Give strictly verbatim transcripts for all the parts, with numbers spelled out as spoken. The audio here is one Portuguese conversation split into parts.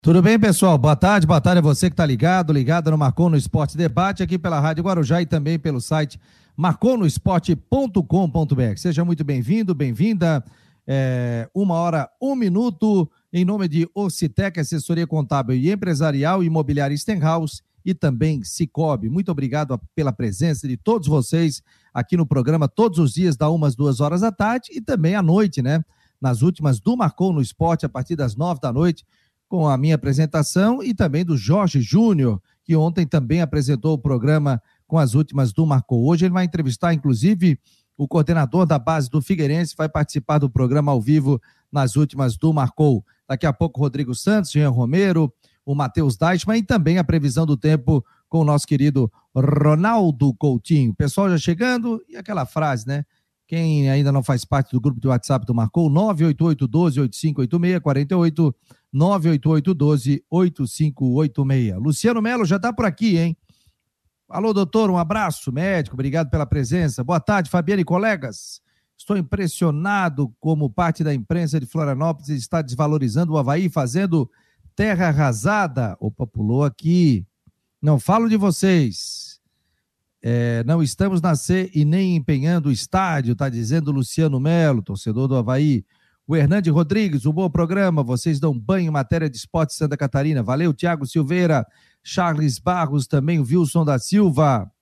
Tudo bem, pessoal? Boa tarde, boa tarde a você que está ligado, ligado no Marcou no Esporte Debate, aqui pela Rádio Guarujá e também pelo site marcou no esporte ponto com ponto b r. Seja muito bem-vindo, bem-vinda. É, uma hora, um minuto, em nome de Ocitec, assessoria contábil e empresarial, imobiliária Stenhouse e também Cicobi. Muito obrigado pela presença de todos vocês aqui no programa, todos os dias, da umas duas horas da tarde e também à noite, né? Nas últimas do Marcou no Esporte, a partir das nove da noite, com a minha apresentação e também do Jorge Júnior, que ontem também apresentou o programa com as últimas do Marcou. Hoje ele vai entrevistar, inclusive, o coordenador da base do Figueirense, vai participar do programa ao vivo nas últimas do Marcou. Daqui a pouco, Rodrigo Santos, Jean Romero, o Matheus Deichmann e também a previsão do tempo com o nosso querido Ronaldo Coutinho. Pessoal já chegando, e aquela frase, né? Quem ainda não faz parte do grupo de WhatsApp do Marcou, nove oito oito, um dois, oito cinco oito seis, quarenta e oito, nove oito oito, um dois, oito cinco oito seis. Luciano Melo já está por aqui, hein? Alô, doutor, um abraço, médico, obrigado pela presença. Boa tarde, Fabiano e colegas. Estou impressionado como parte da imprensa de Florianópolis está desvalorizando o Avaí, fazendo terra arrasada. Opa, pulou aqui. Não falo de vocês. É, não estamos na C e nem empenhando o estádio, está dizendo Luciano Melo, torcedor do Avaí. O Hernande Rodrigues, um bom programa, vocês dão banho em matéria de esporte Santa Catarina. Valeu, Tiago Silveira, Charles Barros, também o Wilson da Silva.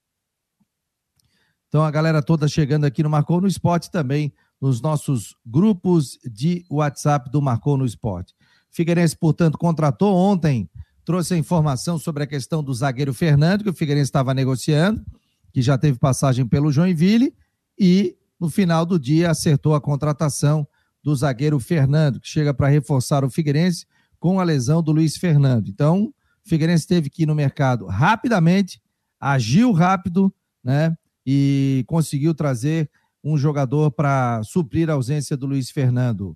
Então a galera toda chegando aqui no Marcou no Esporte, também nos nossos grupos de WhatsApp do Marcou no Esporte. Figueirense, portanto, contratou ontem, trouxe a informação sobre a questão do zagueiro Fernando, que o Figueirense estava negociando, que já teve passagem pelo Joinville, e no final do dia acertou a contratação do zagueiro Fernando, que chega para reforçar o Figueirense com a lesão do Luiz Fernando. Então, o Figueirense teve que ir no mercado rapidamente, agiu rápido, né, e conseguiu trazer um jogador para suprir a ausência do Luiz Fernando.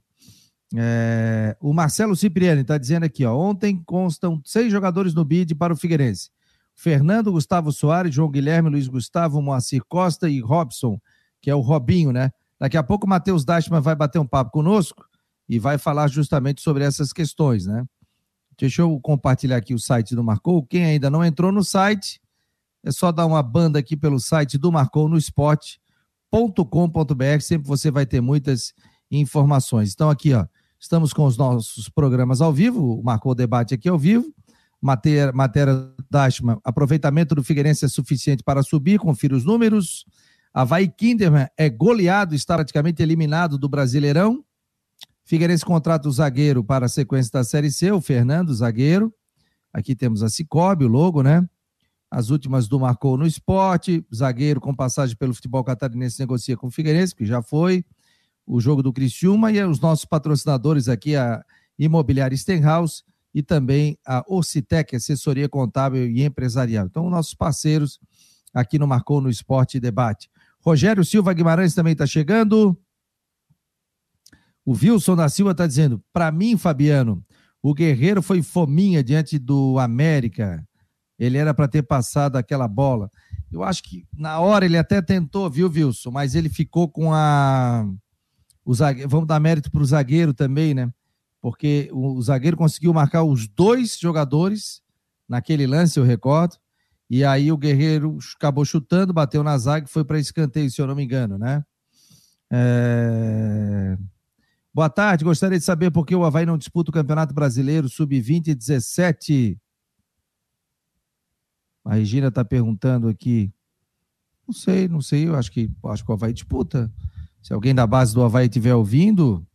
É, o Marcelo Cipriani está dizendo aqui, ó, ontem constam seis jogadores no bid para o Figueirense. Fernando, Gustavo Soares, João Guilherme, Luiz Gustavo, Moacir Costa e Robson, que é o Robinho, né? Daqui a pouco o Matheus Deichmann vai bater um papo conosco e vai falar justamente sobre essas questões, né? Deixa eu compartilhar aqui o site do Marcou. Quem ainda não entrou no site, é só dar uma banda aqui pelo site do Marcou no esporte ponto com ponto b r, sempre você vai ter muitas informações. Então aqui, ó, estamos com os nossos programas ao vivo, o Marcou Debate aqui ao vivo, matéria, matéria Deichmann, aproveitamento do Figueirense é suficiente para subir, confira os números. Avaí Kinderman é goleado, está praticamente eliminado do Brasileirão. Figueirense contrata o zagueiro para a sequência da Série C, o Fernando, zagueiro. Aqui temos a Cicobi, o logo, né? As últimas do Marcou no Esporte, zagueiro com passagem pelo futebol catarinense negocia com o Figueirense, que já foi. O jogo do Criciúma e os nossos patrocinadores aqui, a Imobiliária Stenhouse e também a Ocitec, assessoria contábil e empresarial. Então, nossos parceiros aqui no Marcou no Esporte Debate. Rogério Silva Guimarães também está chegando. O Wilson da Silva está dizendo, para mim, Fabiano, o Guerreiro foi fominha diante do América. Ele era para ter passado aquela bola. Eu acho que na hora ele até tentou, viu, Wilson? Mas ele ficou com a... O zagueiro, vamos dar mérito para o zagueiro também, né? Porque o zagueiro conseguiu marcar os dois jogadores naquele lance, eu recordo, e aí o Guerreiro acabou chutando, bateu na zaga e foi para escanteio, se eu não me engano, né? É... Boa tarde, gostaria de saber por que o Avaí não disputa o Campeonato Brasileiro sub vinte e dezessete. A Regina está perguntando aqui. Não sei, não sei, eu acho que, acho que o Avaí disputa. Se alguém da base do Avaí estiver ouvindo,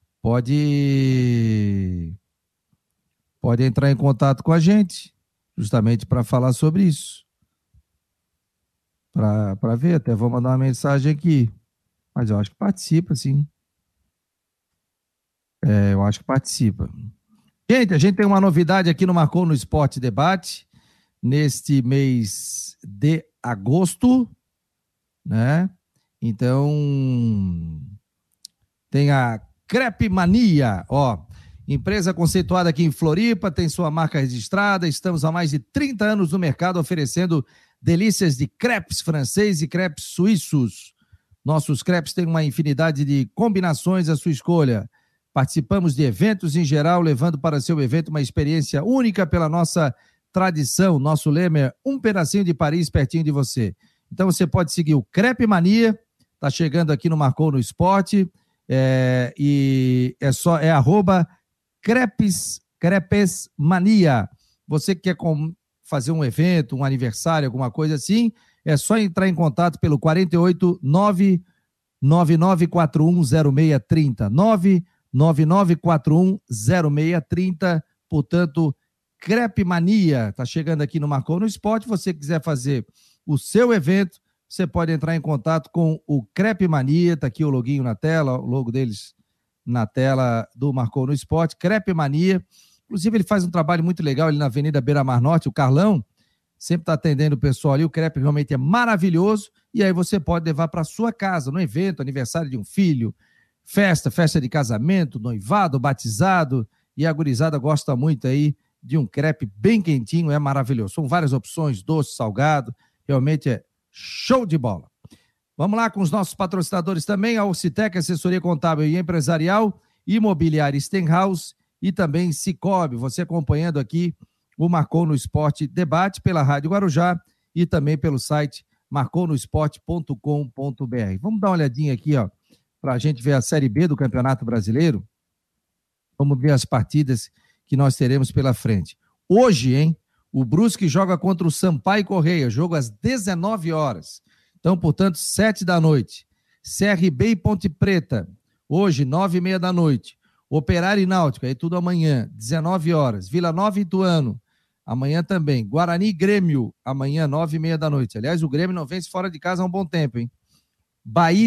pode, pode entrar em contato com a gente, justamente para falar sobre isso. Para ver, até vou mandar uma mensagem aqui. Mas eu acho que participa, sim. É, eu acho que participa. Gente, a gente tem uma novidade aqui no Marcou no Esporte Debate, neste mês de agosto, né? Então, tem a Crepe Mania, ó, empresa conceituada aqui em Floripa, tem sua marca registrada, estamos há mais de trinta anos no mercado oferecendo delícias de crepes francês e crepes suíços. Nossos crepes têm uma infinidade de combinações à sua escolha, Participamos de eventos em geral, levando para seu evento uma experiência única pela nossa tradição. Nosso lema é um pedacinho de Paris pertinho de você. Então você pode seguir o Crepe Mania, tá chegando aqui no Marcou no Esporte, é, e é só, é arroba Crepes, Crepes Mania. Você que quer com, fazer um evento, um aniversário, alguma coisa assim, é só entrar em contato pelo quatro oito nove nove nove quatro um zero seis três zero, nove nove nove quatro um zero seis três zero, portanto, Crepe Mania, tá chegando aqui no Marcou no Esporte. Você quiser fazer o seu evento, você pode entrar em contato com o Crepe Mania, tá aqui o loginho na tela, o logo deles na tela do Marcou no Esporte, Crepe Mania. Inclusive ele faz um trabalho muito legal ali na Avenida Beira Mar Norte, o Carlão, sempre está atendendo o pessoal ali, o crepe realmente é maravilhoso, e aí você pode levar para sua casa, no evento, aniversário de um filho, festa, festa de casamento, noivado, batizado, e a gurizada gosta muito aí de um crepe bem quentinho, é maravilhoso. São várias opções, doce, salgado, realmente é show de bola. Vamos lá com os nossos patrocinadores também, a Orcitec, assessoria contábil e empresarial, Imobiliária Stenhouse e também Cicobi, você acompanhando aqui o Marcou no Esporte Debate pela Rádio Guarujá e também pelo site marcou no esporte ponto com ponto b r. Vamos dar uma olhadinha aqui, ó, para a gente ver a Série B do Campeonato Brasileiro. Vamos ver as partidas que nós teremos pela frente. Hoje, hein, o Brusque joga contra o Sampaio Correia, jogo às dezenove horas. Então, portanto, sete da noite. C R B e Ponte Preta, hoje, nove e meia da noite. Operário e Náutico, aí tudo amanhã, dezenove horas. Vila Nova e Ituano, amanhã também. Guarani e Grêmio, amanhã, nove e meia da noite. Aliás, o Grêmio não vence fora de casa há um bom tempo, hein? Bahia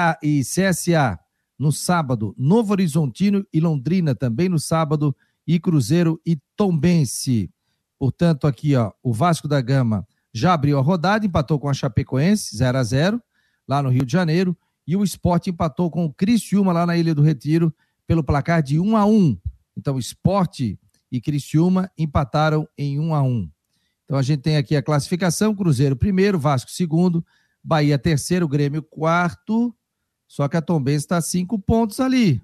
e C S A, no sábado. Novo Horizontino e Londrina, também no sábado. E Cruzeiro e Tombense. Portanto, aqui, ó, o Vasco da Gama já abriu a rodada, empatou com a Chapecoense, zero a zero, lá no Rio de Janeiro. E o Sport empatou com o Criciúma, lá na Ilha do Retiro, pelo placar de um a um. Então, Sport e Criciúma empataram em um a um. Então, a gente tem aqui a classificação: Cruzeiro primeiro, Vasco segundo, Bahia terceiro, Grêmio quarto, só que a Tombense está a cinco pontos ali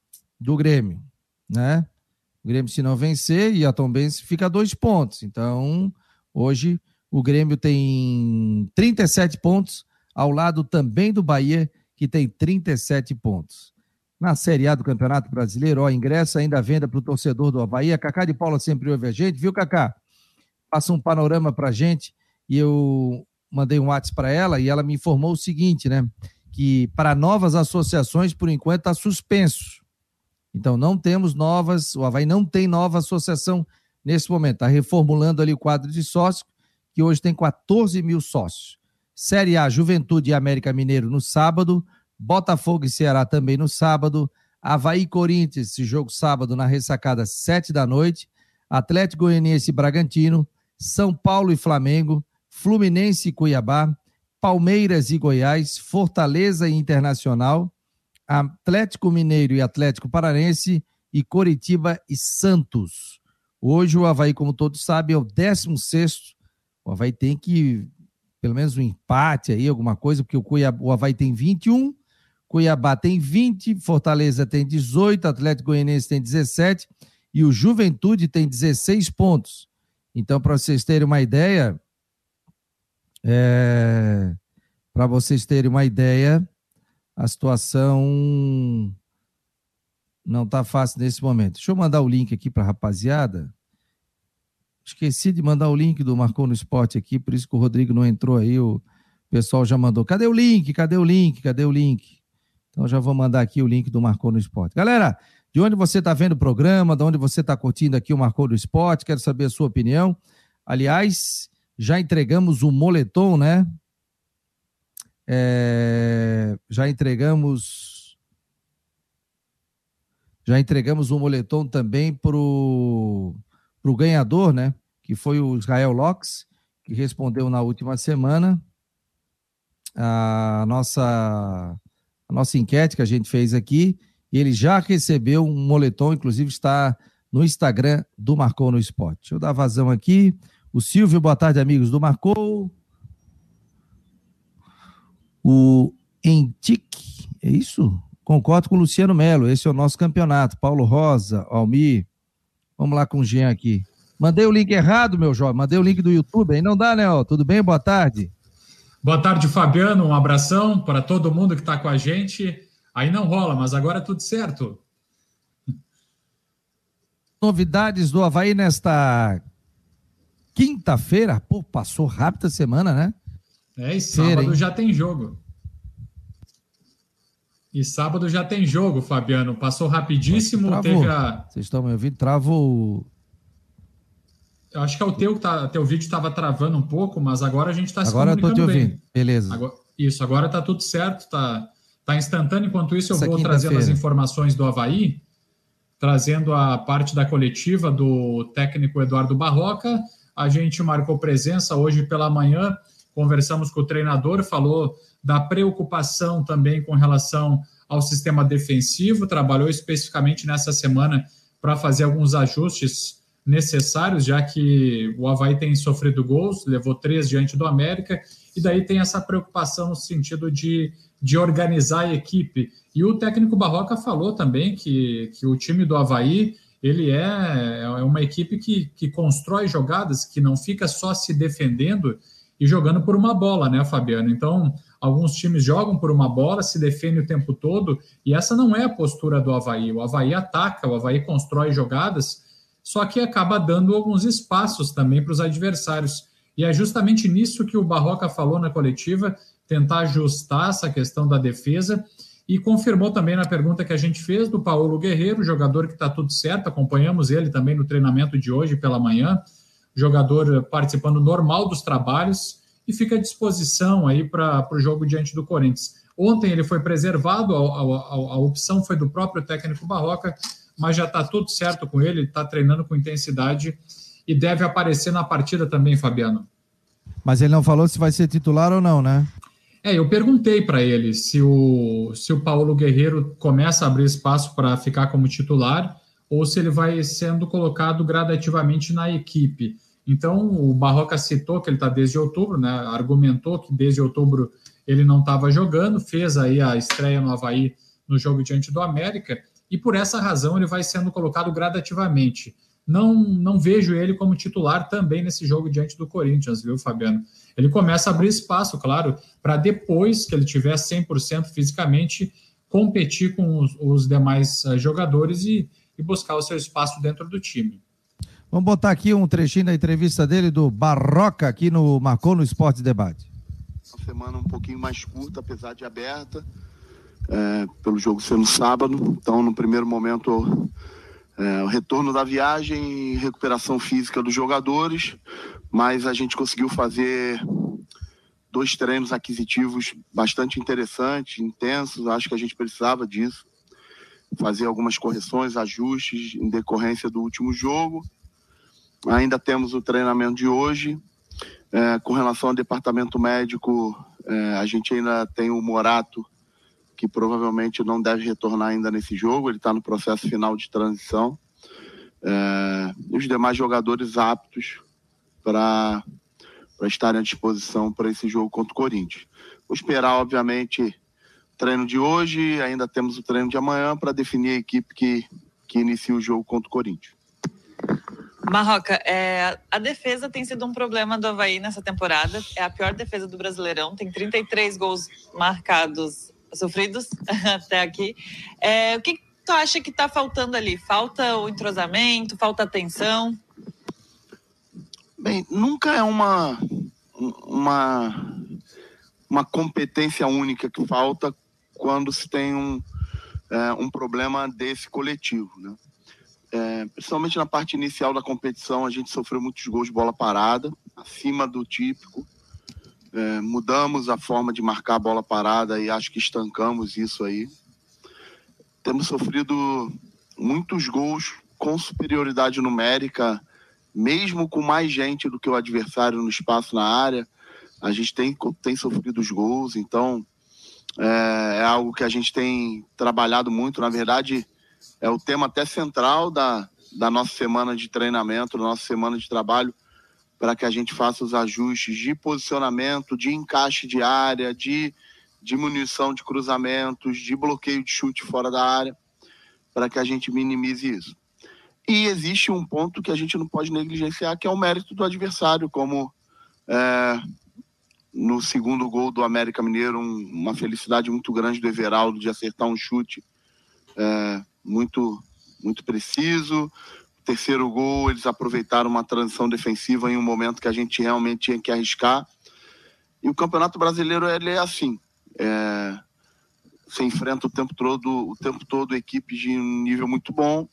do Grêmio, né? O Grêmio, se não vencer, e a Tombense fica a dois pontos. Então, hoje, o Grêmio tem trinta e sete pontos, ao lado também do Bahia, que tem trinta e sete pontos. Na Série A do Campeonato Brasileiro, ó, ingresso ainda à venda para o torcedor do Avaí. A Cacá de Paula sempre ouve a gente, viu, Cacá? Passa um panorama para a gente, e eu mandei um WhatsApp para ela, e ela me informou o seguinte, né? Que para novas associações, por enquanto, está suspenso. Então, não temos novas, o Avaí não tem nova associação nesse momento. Está reformulando ali o quadro de sócios, que hoje tem quatorze mil sócios. Série A, Juventude e América Mineiro no sábado, Botafogo e Ceará também no sábado, Avaí e Corinthians, esse jogo sábado na ressacada, sete da noite, Atlético Goianiense e Bragantino, São Paulo e Flamengo, Fluminense e Cuiabá, Palmeiras e Goiás, Fortaleza e Internacional, Atlético Mineiro e Atlético Paranense e Coritiba e Santos. Hoje o Avaí, como todos sabem, é o décimo sexto. O Avaí tem que, pelo menos um empate aí, alguma coisa, porque o, Cuiabá, o Avaí tem vinte e um, Cuiabá tem vinte, Fortaleza tem dezoito, Atlético Goianiense tem dezessete e o Juventude tem dezesseis pontos. Então, para vocês terem uma ideia, é... para vocês terem uma ideia, a situação não está fácil nesse momento. Deixa eu mandar o link aqui para a rapaziada. Esqueci de mandar o link do Marcou no Esporte aqui, por isso que o Rodrigo não entrou aí, o pessoal já mandou. Cadê o link? Cadê o link? Cadê o link? Então já vou mandar aqui o link do Marcou no Esporte. Galera, de onde você está vendo o programa, de onde você está curtindo aqui o Marcou no Esporte, quero saber a sua opinião. Aliás, já entregamos o moletom, né? É, já entregamos já entregamos o moletom também pro, pro ganhador, né? Que foi o Israel Locks, que respondeu na última semana a nossa, a nossa enquete que a gente fez aqui. Ele já recebeu um moletom, inclusive está no Instagram do Marcou no Esporte. Deixa eu dar vazão aqui. O Silvio, boa tarde, amigos do Marcou. O Entic, é isso? Concordo com o Luciano Melo, esse é o nosso campeonato. Paulo Rosa, Almir, vamos lá com o Jean aqui. Mandei o link errado, meu jovem, mandei o link do YouTube, aí não dá, né? Ó. Tudo bem? Boa tarde. Boa tarde, Fabiano, um abração para todo mundo que está com a gente. Aí não rola, mas agora é tudo certo. Novidades do Avaí nesta quinta-feira. Pô, passou rápido a semana, né? É, e sábado Feira, já tem jogo. E sábado já tem jogo, Fabiano. Passou rapidíssimo, travou. teve a... Vocês estão me ouvindo? Travou. Eu acho que é o teu, tá, teu vídeo estava travando um pouco, mas agora a gente está se comunicando Agora eu tô te ouvindo. bem. Beleza. Agora, isso, agora está tudo certo, está tá instantâneo. Enquanto isso, eu Essa vou trazendo as quinta-feira. informações do Avaí, trazendo a parte da coletiva do técnico Eduardo Barroca. A gente marcou presença hoje pela manhã, conversamos com o treinador, falou da preocupação também com relação ao sistema defensivo, trabalhou especificamente nessa semana para fazer alguns ajustes necessários, já que o Avaí tem sofrido gols, levou três diante do América, e daí tem essa preocupação no sentido de, de organizar a equipe. E o técnico Barroca falou também que, que o time do Avaí, ele é, é uma equipe que, que constrói jogadas, que não fica só se defendendo e jogando por uma bola, né, Fabiano? Então, alguns times jogam por uma bola, se defendem o tempo todo, e essa não é a postura do Avaí. O Avaí ataca, o Avaí constrói jogadas, só que acaba dando alguns espaços também para os adversários. E é justamente nisso que o Barroca falou na coletiva, tentar ajustar essa questão da defesa, e confirmou também na pergunta que a gente fez do Paulo Guerreiro, jogador que está tudo certo, acompanhamos ele também no treinamento de hoje pela manhã, jogador participando normal dos trabalhos e fica à disposição aí para o jogo diante do Corinthians. Ontem ele foi preservado, a, a, a opção foi do próprio técnico Barroca, mas já está tudo certo com ele, está treinando com intensidade e deve aparecer na partida também, Fabiano. Mas ele não falou se vai ser titular ou não, né? É, eu perguntei para ele se o, se o Paulo Guerreiro começa a abrir espaço para ficar como titular ou se ele vai sendo colocado gradativamente na equipe. Então, o Barroca citou que ele está desde outubro, né? Argumentou que desde outubro ele não estava jogando, fez aí a estreia no Avaí no jogo diante do América, e por essa razão ele vai sendo colocado gradativamente. Não, não vejo ele como titular também nesse jogo diante do Corinthians, viu, Fabiano? Ele começa a abrir espaço, claro, para depois que ele tiver cem por cento fisicamente, competir com os, os demais uh, jogadores e, e buscar o seu espaço dentro do time. Vamos botar aqui um trechinho da entrevista dele, do Barroca, aqui no Marcou no Esporte Debate. Uma semana um pouquinho mais curta, apesar de aberta, é, pelo jogo ser no sábado. Então, no primeiro momento, é, o retorno da viagem e recuperação física dos jogadores, mas a gente conseguiu fazer dois treinos aquisitivos bastante interessantes, intensos. Acho que a gente precisava disso, fazer algumas correções, ajustes em decorrência do último jogo. Ainda temos o treinamento de hoje. É, com relação ao departamento médico, é, a gente ainda tem o Morato, que provavelmente não deve retornar ainda nesse jogo, ele está no processo final de transição. É, e os demais jogadores aptos para estarem à disposição para esse jogo contra o Corinthians. Vou esperar, obviamente, o treino de hoje, ainda temos o treino de amanhã para definir a equipe que, que inicia o jogo contra o Corinthians. Barroca, é, a defesa tem sido um problema do Avaí nessa temporada, é a pior defesa do Brasileirão, tem trinta e três gols marcados, sofridos até aqui. É, o que tu acha que está faltando ali? Falta o entrosamento, falta atenção? Bem, nunca é uma, uma, uma competência única que falta quando se tem um, é, um problema desse coletivo, né? É, principalmente na parte inicial da competição, a gente sofreu muitos gols de bola parada, acima do típico. É, mudamos a forma de marcar a bola parada e acho que estancamos isso aí. Temos sofrido muitos gols com superioridade numérica, mesmo com mais gente do que o adversário no espaço na área. A gente tem, tem sofrido os gols, então é, é algo que a gente tem trabalhado muito. Na verdade, é o tema até central da, da nossa semana de treinamento, da nossa semana de trabalho, para que a gente faça os ajustes de posicionamento, de encaixe de área, de, diminuição de cruzamentos, de bloqueio de chute fora da área, para que a gente minimize isso. E existe um ponto que a gente não pode negligenciar, que é o mérito do adversário, como é, no segundo gol do América Mineiro, um, uma felicidade muito grande do Everaldo de acertar um chute é, muito, muito preciso. O terceiro gol, eles aproveitaram uma transição defensiva em um momento que a gente realmente tinha que arriscar. E o Campeonato Brasileiro, ele é assim, é, você enfrenta o tempo todo, o tempo todo equipes de um nível muito bom.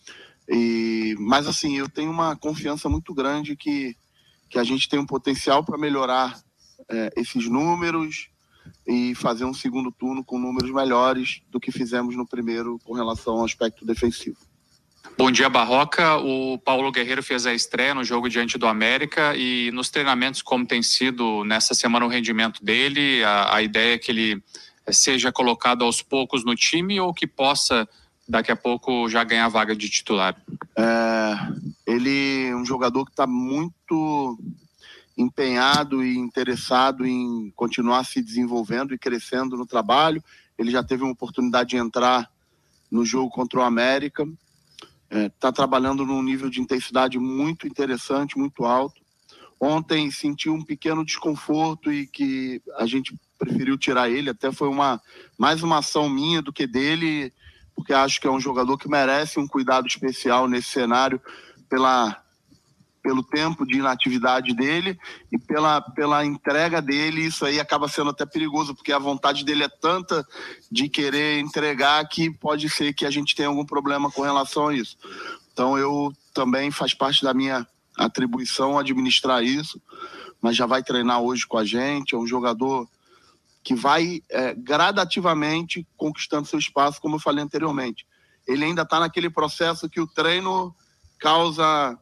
E, mas assim, eu tenho uma confiança muito grande que, que a gente tem um potencial para melhorar é, esses números e fazer um segundo turno com números melhores do que fizemos no primeiro com relação ao aspecto defensivo. Bom dia, Barroca. O Paulo Guerreiro fez a estreia no jogo diante do América e nos treinamentos, como tem sido nessa semana o rendimento dele, a, a ideia é que ele seja colocado aos poucos no time ou que possa daqui a pouco já ganhar a vaga de titular? É, ele é um jogador que está muito empenhado e interessado em continuar se desenvolvendo e crescendo no trabalho. Ele já teve uma oportunidade de entrar no jogo contra o América. Está é, trabalhando num nível de intensidade muito interessante, muito alto. Ontem sentiu um pequeno desconforto e que a gente preferiu tirar ele. Até foi uma, mais uma ação minha do que dele, porque acho que é um jogador que merece um cuidado especial nesse cenário pela, pelo tempo de inatividade dele e pela, pela entrega dele. Isso aí acaba sendo até perigoso, porque a vontade dele é tanta de querer entregar que pode ser que a gente tenha algum problema com relação a isso. Então eu também, faz parte da minha atribuição administrar isso, mas já vai treinar hoje com a gente. É um jogador que vai é, gradativamente conquistando seu espaço, como eu falei anteriormente. Ele ainda está naquele processo que o treino causa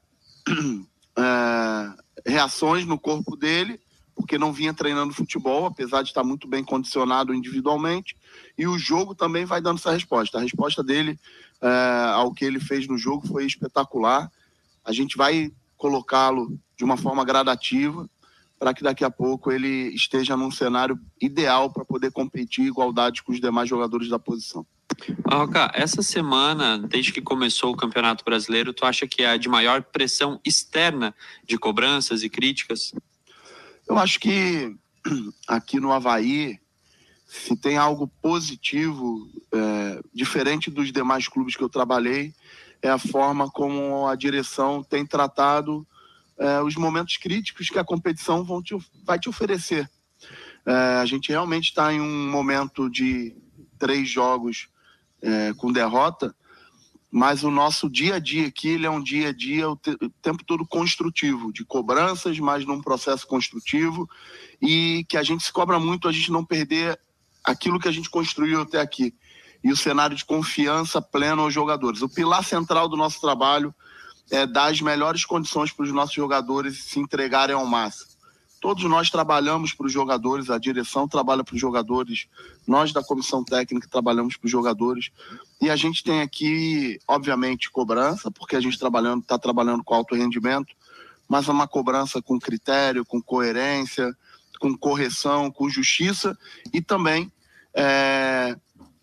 é, reações no corpo dele, porque não vinha treinando futebol, apesar de estar muito bem condicionado individualmente, e o jogo também vai dando essa resposta. A resposta dele é, ao que ele fez no jogo foi espetacular. A gente vai colocá-lo de uma forma gradativa, para que daqui a pouco ele esteja num cenário ideal para poder competir em igualdade com os demais jogadores da posição. Barroca, essa semana, desde que começou o Campeonato Brasileiro, tu acha que é a de maior pressão externa de cobranças e críticas? Eu acho que aqui no Avaí, se tem algo positivo, é, diferente dos demais clubes que eu trabalhei, é a forma como a direção tem tratado É, os momentos críticos que a competição vão te, vai te oferecer. É, a gente realmente está em um momento de três jogos é, com derrota, mas o nosso dia a dia aqui, ele é um dia a dia o, te, o tempo todo construtivo, de cobranças, mas num processo construtivo, e que a gente se cobra muito a gente não perder aquilo que a gente construiu até aqui, e o cenário de confiança plena aos jogadores. O pilar central do nosso trabalho é dar as melhores condições para os nossos jogadores se entregarem ao máximo. Todos nós trabalhamos para os jogadores, a direção trabalha para os jogadores, nós da comissão técnica trabalhamos para os jogadores, e a gente tem aqui, obviamente, cobrança, porque a gente trabalhando, está trabalhando com alto rendimento, mas é uma cobrança com critério, com coerência, com correção, com justiça, e também é,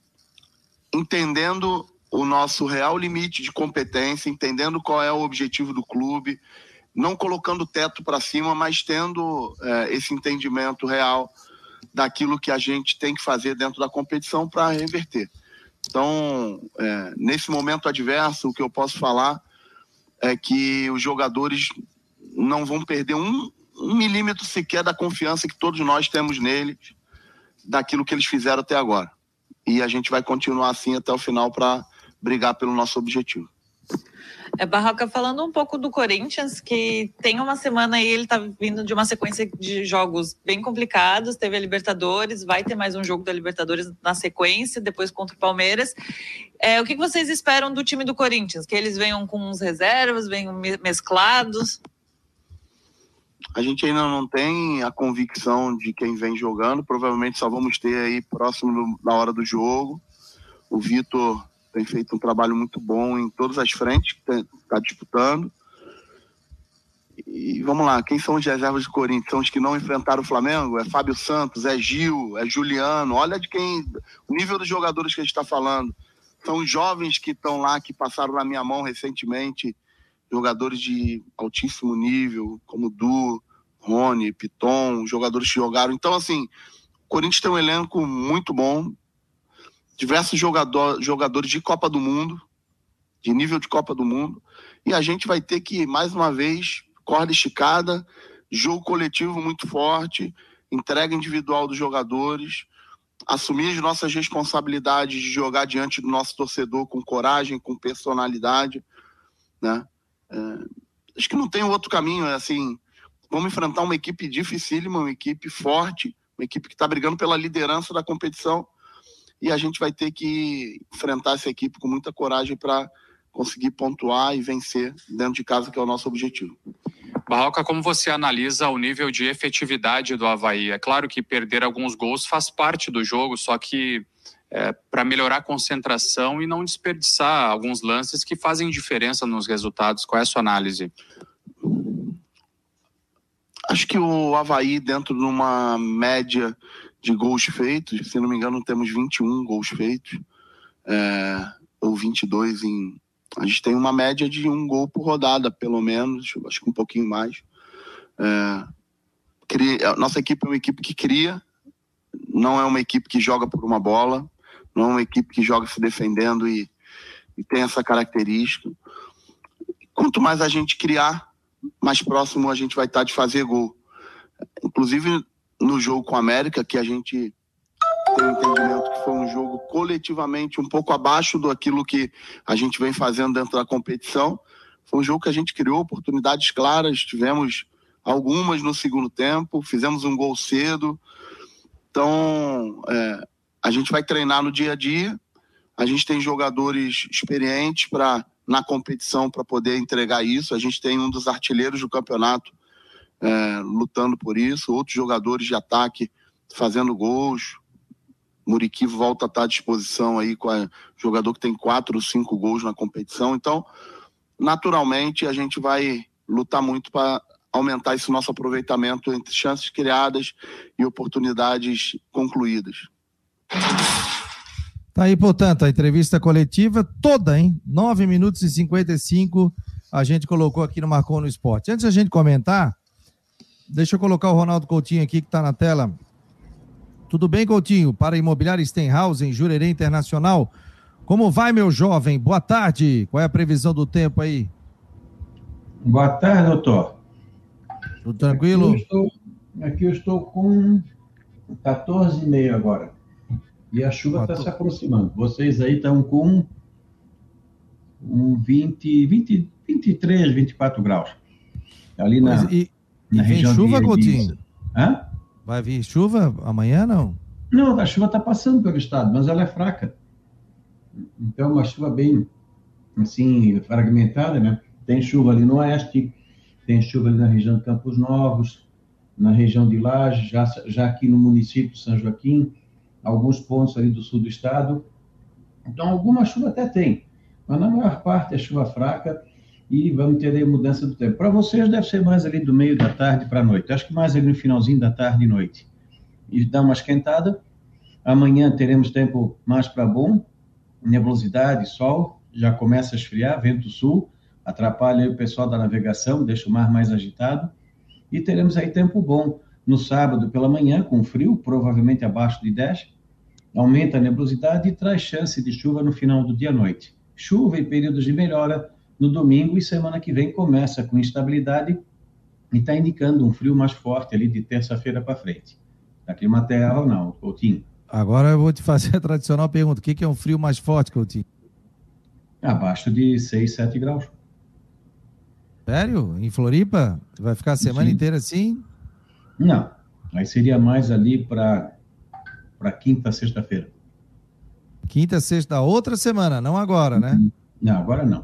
entendendo o nosso real limite de competência, entendendo qual é o objetivo do clube, não colocando o teto para cima, mas tendo é, esse entendimento real daquilo que a gente tem que fazer dentro da competição para reverter. Então, é, nesse momento adverso, o que eu posso falar é que os jogadores não vão perder um, um milímetro sequer da confiança que todos nós temos neles, daquilo que eles fizeram até agora. E a gente vai continuar assim até o final para brigar pelo nosso objetivo. É, Barroca, falando um pouco do Corinthians, que tem uma semana aí, ele tá vindo de uma sequência de jogos bem complicados, teve a Libertadores, vai ter mais um jogo da Libertadores na sequência, depois contra o Palmeiras. É, o que vocês esperam do time do Corinthians? Que eles venham com uns reservas, venham mesclados? A gente ainda não tem a convicção de quem vem jogando, provavelmente só vamos ter aí próximo da hora do jogo. O Vitor tem feito um trabalho muito bom em todas as frentes que está disputando. E E vamos lá, quem são os reservas do Corinthians? São os que não enfrentaram o Flamengo? É Fábio Santos, é Gil, é Juliano. Olha de quem, o nível dos jogadores que a gente está falando. São os jovens que estão lá, que passaram na minha mão recentemente, jogadores de altíssimo nível, como Du, Rony, Piton, jogadores que jogaram. Então, assim, o Corinthians tem um elenco muito bom, diversos jogador, jogadores de Copa do Mundo, de nível de Copa do Mundo, e a gente vai ter que, mais uma vez, corda esticada, jogo coletivo muito forte, entrega individual dos jogadores, assumir as nossas responsabilidades de jogar diante do nosso torcedor com coragem, com personalidade, né? É, acho que não tem outro caminho, é assim, vamos enfrentar uma equipe dificílima, uma equipe forte, uma equipe que está brigando pela liderança da competição, e a gente vai ter que enfrentar essa equipe com muita coragem para conseguir pontuar e vencer dentro de casa, que é o nosso objetivo. Barroca, como você analisa o nível de efetividade do Avaí? É claro que perder alguns gols faz parte do jogo, só que é, para melhorar a concentração e não desperdiçar alguns lances que fazem diferença nos resultados. Qual é a sua análise? Acho que o Avaí, dentro de uma média de gols feitos, se não me engano, temos vinte e um gols feitos, é, ou vinte e dois em... A gente tem uma média de um gol por rodada, pelo menos, acho que um pouquinho mais. É, cria, a nossa equipe é uma equipe que cria, não é uma equipe que joga por uma bola, não é uma equipe que joga se defendendo e, e tem essa característica. Quanto mais a gente criar, mais próximo a gente vai estar de fazer gol. Inclusive no jogo com a América, que a gente tem o entendimento que foi um jogo coletivamente um pouco abaixo do aquilo que a gente vem fazendo dentro da competição. Foi um jogo que a gente criou oportunidades claras, tivemos algumas no segundo tempo, fizemos um gol cedo. Então, é, a gente vai treinar no dia a dia, a gente tem jogadores experientes para na competição para poder entregar isso, a gente tem um dos artilheiros do campeonato é, lutando por isso, outros jogadores de ataque fazendo gols. Muriqui volta a estar à disposição aí com o jogador que tem quatro ou cinco gols na competição. Então, naturalmente, a gente vai lutar muito para aumentar esse nosso aproveitamento entre chances criadas e oportunidades concluídas. Tá aí, portanto, a entrevista coletiva toda, hein? nove minutos e cinquenta e cinco a gente colocou aqui no Marcou no Esporte. Antes da gente comentar, deixa eu colocar o Ronaldo Coutinho aqui que está na tela. Tudo bem, Coutinho? Para a Imobiliária Stenhouse, em Jurerê Internacional. Como vai, meu jovem? Boa tarde. Qual é a previsão do tempo aí? Boa tarde, doutor. Tudo tranquilo? Aqui eu estou, aqui eu estou com quatorze e meio agora. E a chuva está se aproximando. Vocês aí estão com um vinte, vinte, vinte e três, vinte e quatro graus. Ali na, e, na e vem região chuva, de Coutinho? Hã? Vai vir chuva amanhã, não? Não, a chuva está passando pelo estado, mas ela é fraca. Então, uma chuva bem, assim, fragmentada, né? Tem chuva ali no oeste, tem chuva ali na região de Campos Novos, na região de Lages, já, já aqui no município de São Joaquim, alguns pontos ali do sul do estado. Então, alguma chuva até tem, mas na maior parte é chuva fraca e vamos ter aí mudança do tempo. Para vocês deve ser mais ali do meio da tarde para a noite, acho que mais ali no finalzinho da tarde e noite. E dá uma esquentada. Amanhã teremos tempo mais para bom, nebulosidade, sol, já começa a esfriar, vento sul, atrapalha aí o pessoal da navegação, deixa o mar mais agitado. E teremos aí tempo bom no sábado pela manhã, com frio, provavelmente abaixo de dez, aumenta a nebulosidade e traz chance de chuva no final do dia à noite. Chuva e períodos de melhora no domingo, e semana que vem começa com instabilidade e está indicando um frio mais forte ali de terça-feira para frente. Da Climaterra ou não, Coutinho? Agora eu vou te fazer a tradicional pergunta. O que é um frio mais forte, Coutinho? Abaixo de seis, sete graus. Sério? Em Floripa? Vai ficar a semana Sim. inteira assim? Não. Aí seria mais ali para para quinta, sexta-feira. Quinta, sexta, outra semana, não agora, né? Não, agora não.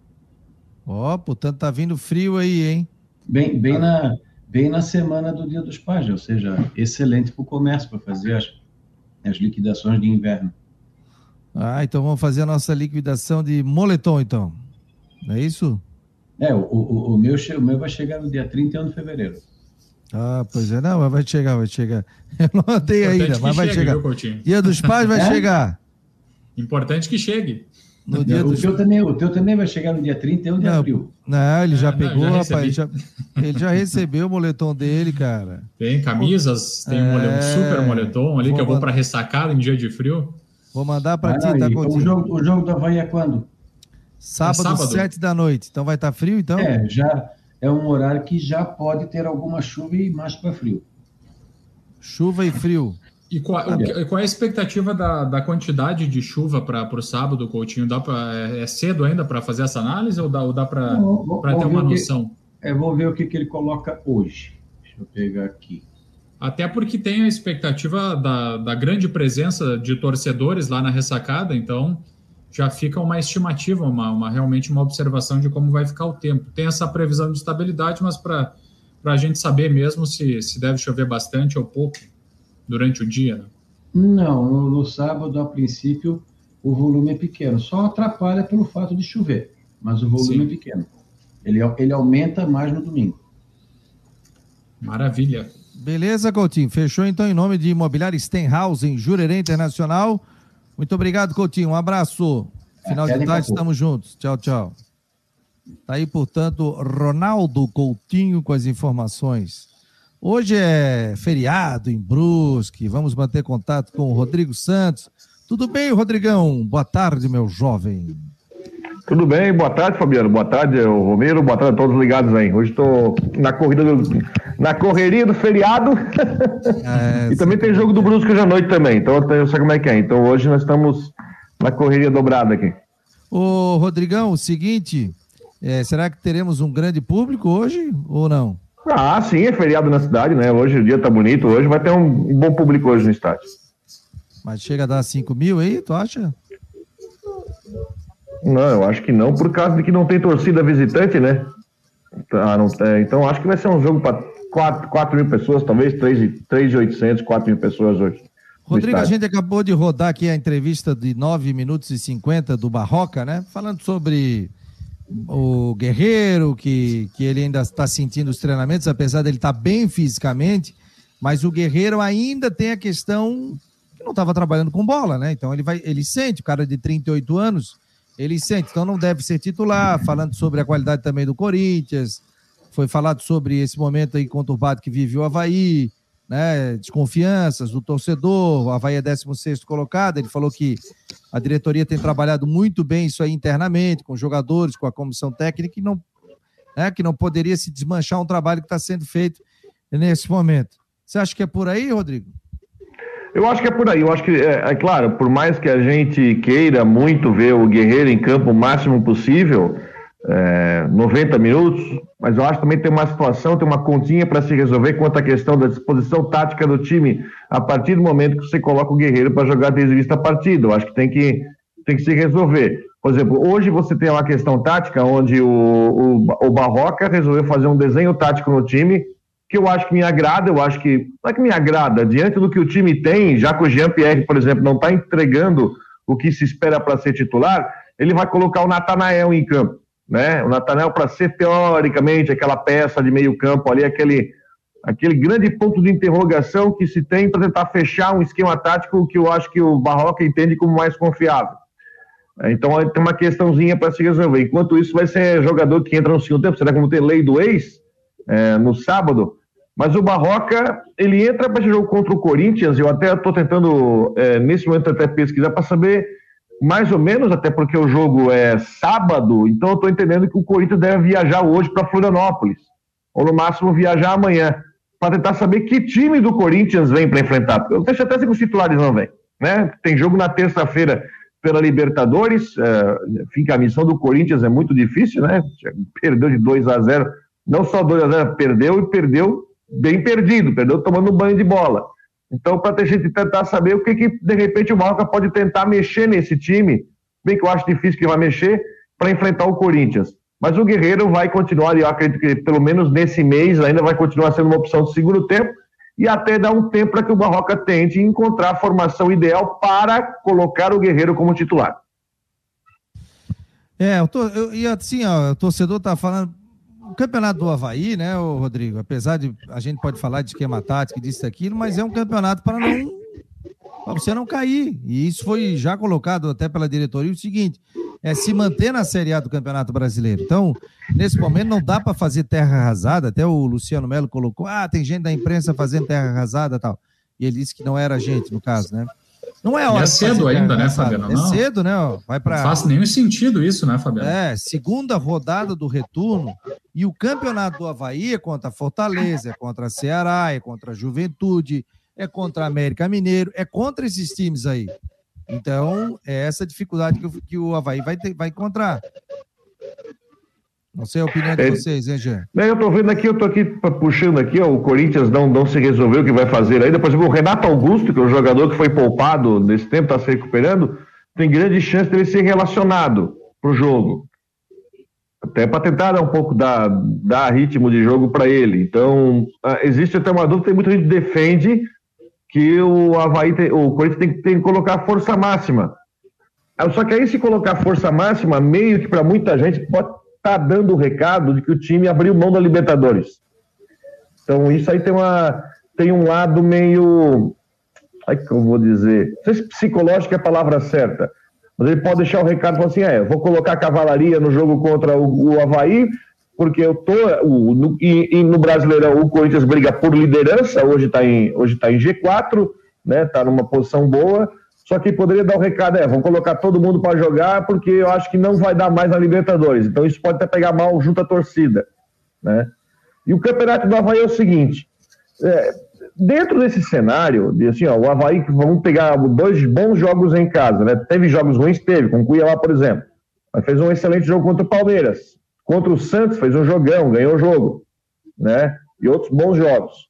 Ó, oh, portanto tá vindo frio aí, hein? Bem, bem, ah. na, bem na semana do Dia dos Pais, ou seja, excelente para o comércio, para fazer as, as liquidações de inverno. Ah, então vamos fazer a nossa liquidação de moletom, então. Não é isso? É, o, o, o, meu, o meu vai chegar no dia trinta e um de fevereiro. Ah, pois é, não, mas vai chegar, vai chegar. Eu não andei ainda, mas vai chegue, chegar. Viu, Dia dos Pais vai é? chegar. Importante que chegue. No dia o, dos... teu também, o teu também vai chegar no dia trinta e um de não, abril. Não, ele já é, pegou, não, já rapaz. Ele já, ele já recebeu o moletom dele, cara. Tem camisas, tem é... um super moletom ali vou que eu vou para ressacada em dia de frio. Vou mandar para ah, ti, tá então o jogo, o jogo do Havaí é quando? Sábado, é sábado, sete da noite. Então vai estar tá frio, então? É, já é um horário que já pode ter alguma chuva e mais para frio. Chuva e frio. E qual, o, qual é a expectativa da, da quantidade de chuva para o sábado, Coutinho? Dá pra, é, é cedo ainda para fazer essa análise ou dá, ou dá para ter uma noção? Que, é, vou ver o que, que ele coloca hoje. Deixa eu pegar aqui. Até porque tem a expectativa da, da grande presença de torcedores lá na ressacada, então já fica uma estimativa, uma, uma, realmente uma observação de como vai ficar o tempo. Tem essa previsão de estabilidade, mas para a gente saber mesmo se, se deve chover bastante ou pouco durante o dia, né? Não, no, no sábado, a princípio, o volume é pequeno. Só atrapalha pelo fato de chover, mas o volume Sim. é pequeno. Ele, ele aumenta mais no domingo. Maravilha. Beleza, Coutinho. Fechou, então, em nome de Imobiliária Stenhouse, em Jurerê Internacional. Muito obrigado, Coutinho. Um abraço. Final Até de tarde, estamos juntos. Tchau, tchau. Tá aí, portanto, Ronaldo Coutinho com as informações. Hoje é feriado em Brusque, vamos manter contato com o Rodrigo Santos. Tudo bem, Rodrigão? Boa tarde, meu jovem. Tudo bem, boa tarde, Fabiano. Boa tarde, Romero. Boa tarde a todos ligados aí. Hoje estou na corrida do, na correria do feriado. É, e também tem jogo do Brusque hoje à noite também, então eu sei como é que é. Então hoje nós estamos na correria dobrada aqui. Ô, Rodrigão, o seguinte, é, será que teremos um grande público hoje ou não? Ah, sim, é feriado na cidade, né? Hoje o dia tá bonito, hoje vai ter um, um bom público hoje no estádio. Mas chega a dar cinco mil aí, tu acha? Não, eu acho que não, por causa de que não tem torcida visitante, né? Ah, não, é, então acho que vai ser um jogo para quatro mil pessoas, talvez três mil e oitocentos, quatro mil pessoas hoje. Rodrigo, a gente acabou de rodar aqui a entrevista de nove minutos e cinquenta do Barroca, né? Falando sobre o Guerreiro, que, que ele ainda está sentindo os treinamentos, apesar dele estar bem fisicamente, mas o Guerreiro ainda tem a questão que não estava trabalhando com bola, né? Então ele vai, ele sente, o cara de trinta e oito anos, ele sente, então não deve ser titular. Falando sobre a qualidade também do Corinthians, foi falado sobre esse momento aí conturbado que vive o Havaí, né, desconfianças do torcedor. O Havaí é décimo sexto colocado. Ele falou que a diretoria tem trabalhado muito bem isso aí internamente, com os jogadores, com a comissão técnica, e não, né, que não poderia se desmanchar um trabalho que está sendo feito nesse momento. Você acha que é por aí, Rodrigo? Eu acho que é por aí. Eu acho que, é, é claro, por mais que a gente queira muito ver o Guerreiro em campo o máximo possível, é, noventa minutos, mas eu acho que também tem uma situação, tem uma continha para se resolver quanto à questão da disposição tática do time a partir do momento que você coloca o Guerreiro para jogar desde vista a partida. Eu acho que tem que, tem que se resolver. Por exemplo, hoje você tem uma questão tática onde o, o, o Barroca resolveu fazer um desenho tático no time que eu acho que me agrada. Eu acho que, não é que me agrada, diante do que o time tem, já que o Jean-Pierre, por exemplo, não está entregando o que se espera para ser titular, ele vai colocar o Natanael em campo, né? O Natanael para ser, teoricamente, aquela peça de meio campo ali, aquele, aquele grande ponto de interrogação que se tem para tentar fechar um esquema tático que eu acho que o Barroca entende como mais confiável. Então tem uma questãozinha para se resolver. Enquanto isso, vai ser jogador que entra no segundo tempo. Será que vamos ter lei do ex é, no sábado? Mas o Barroca, ele entra para esse jogo contra o Corinthians. Eu até estou tentando, é, nesse momento, até pesquisar para saber mais ou menos, até porque o jogo é sábado, então eu estou entendendo que o Corinthians deve viajar hoje para Florianópolis, ou no máximo viajar amanhã, para tentar saber que time do Corinthians vem para enfrentar. Eu deixo até se os titulares não vêm, né? Tem jogo na terça-feira pela Libertadores, é, enfim, que a missão do Corinthians é muito difícil, né? Perdeu de dois a zero, não só dois a zero, perdeu e perdeu bem perdido, perdeu tomando um banho de bola. Então, para a gente tentar saber o que, que de repente, o Barroca pode tentar mexer nesse time, bem que eu acho difícil que vai mexer, para enfrentar o Corinthians. Mas o Guerreiro vai continuar, e eu acredito que pelo menos nesse mês ainda vai continuar sendo uma opção de segundo tempo, e até dar um tempo para que o Barroca tente encontrar a formação ideal para colocar o Guerreiro como titular. É, eu tô, eu, e assim, ó, o torcedor tá falando, o campeonato do Avaí, né, ô Rodrigo, apesar de, a gente pode falar de esquema tático, disso e daquilo, mas é um campeonato para não, para você não cair, e isso foi já colocado até pela diretoria, o seguinte, é se manter na Série A do Campeonato Brasileiro. Então, nesse momento não dá para fazer terra arrasada, até o Luciano Melo colocou, ah, tem gente da imprensa fazendo terra arrasada e tal, e ele disse que não era a gente, no caso, né? Não é hora. E é cedo ainda, né, Fabiano? É cedo, né? Ó, vai pra... Não faz nenhum sentido isso, né, Fabiano? É, segunda rodada do retorno e o campeonato do Avaí é contra Fortaleza, é contra Ceará, é contra Juventude, é contra América Mineiro, é contra esses times aí. Então, é essa dificuldade que o, que o Avaí vai, ter, vai encontrar. Não sei a opinião de é, vocês, hein, Jean? Eu tô vendo aqui, eu tô aqui puxando aqui, ó, o Corinthians não, não se resolveu o que vai fazer aí. Depois o Renato Augusto, que é o jogador que foi poupado nesse tempo, tá se recuperando, tem grande chance de ele ser relacionado pro jogo. Até para tentar dar um pouco da, dar ritmo de jogo para ele. Então, existe até uma dúvida, tem muita gente que defende que o Avaí, tem, o Corinthians tem, tem que colocar força máxima. Só que aí, se colocar força máxima, meio que para muita gente pode tá dando o recado de que o time abriu mão da Libertadores. Então isso aí tem, uma, tem um lado meio, ai que eu vou dizer, não sei se psicológico é a palavra certa, mas ele pode deixar o recado e falar assim, é, eu vou colocar a cavalaria no jogo contra o, o Avaí, porque eu tô, o, no, e, e no Brasileirão o Corinthians briga por liderança, hoje está em, hoje tá em G quatro, né, tá numa posição boa, só que poderia dar o recado, é, vamos colocar todo mundo para jogar, porque eu acho que não vai dar mais na Libertadores. Então isso pode até pegar mal junto à torcida, né? E o campeonato do Avaí é o seguinte, é, dentro desse cenário, de, assim, ó, o Avaí, vamos pegar dois bons jogos em casa, né? Teve jogos ruins, teve, com o Cuiabá, por exemplo. Mas fez um excelente jogo contra o Palmeiras. Contra o Santos, fez um jogão, ganhou o jogo, né? E outros bons jogos.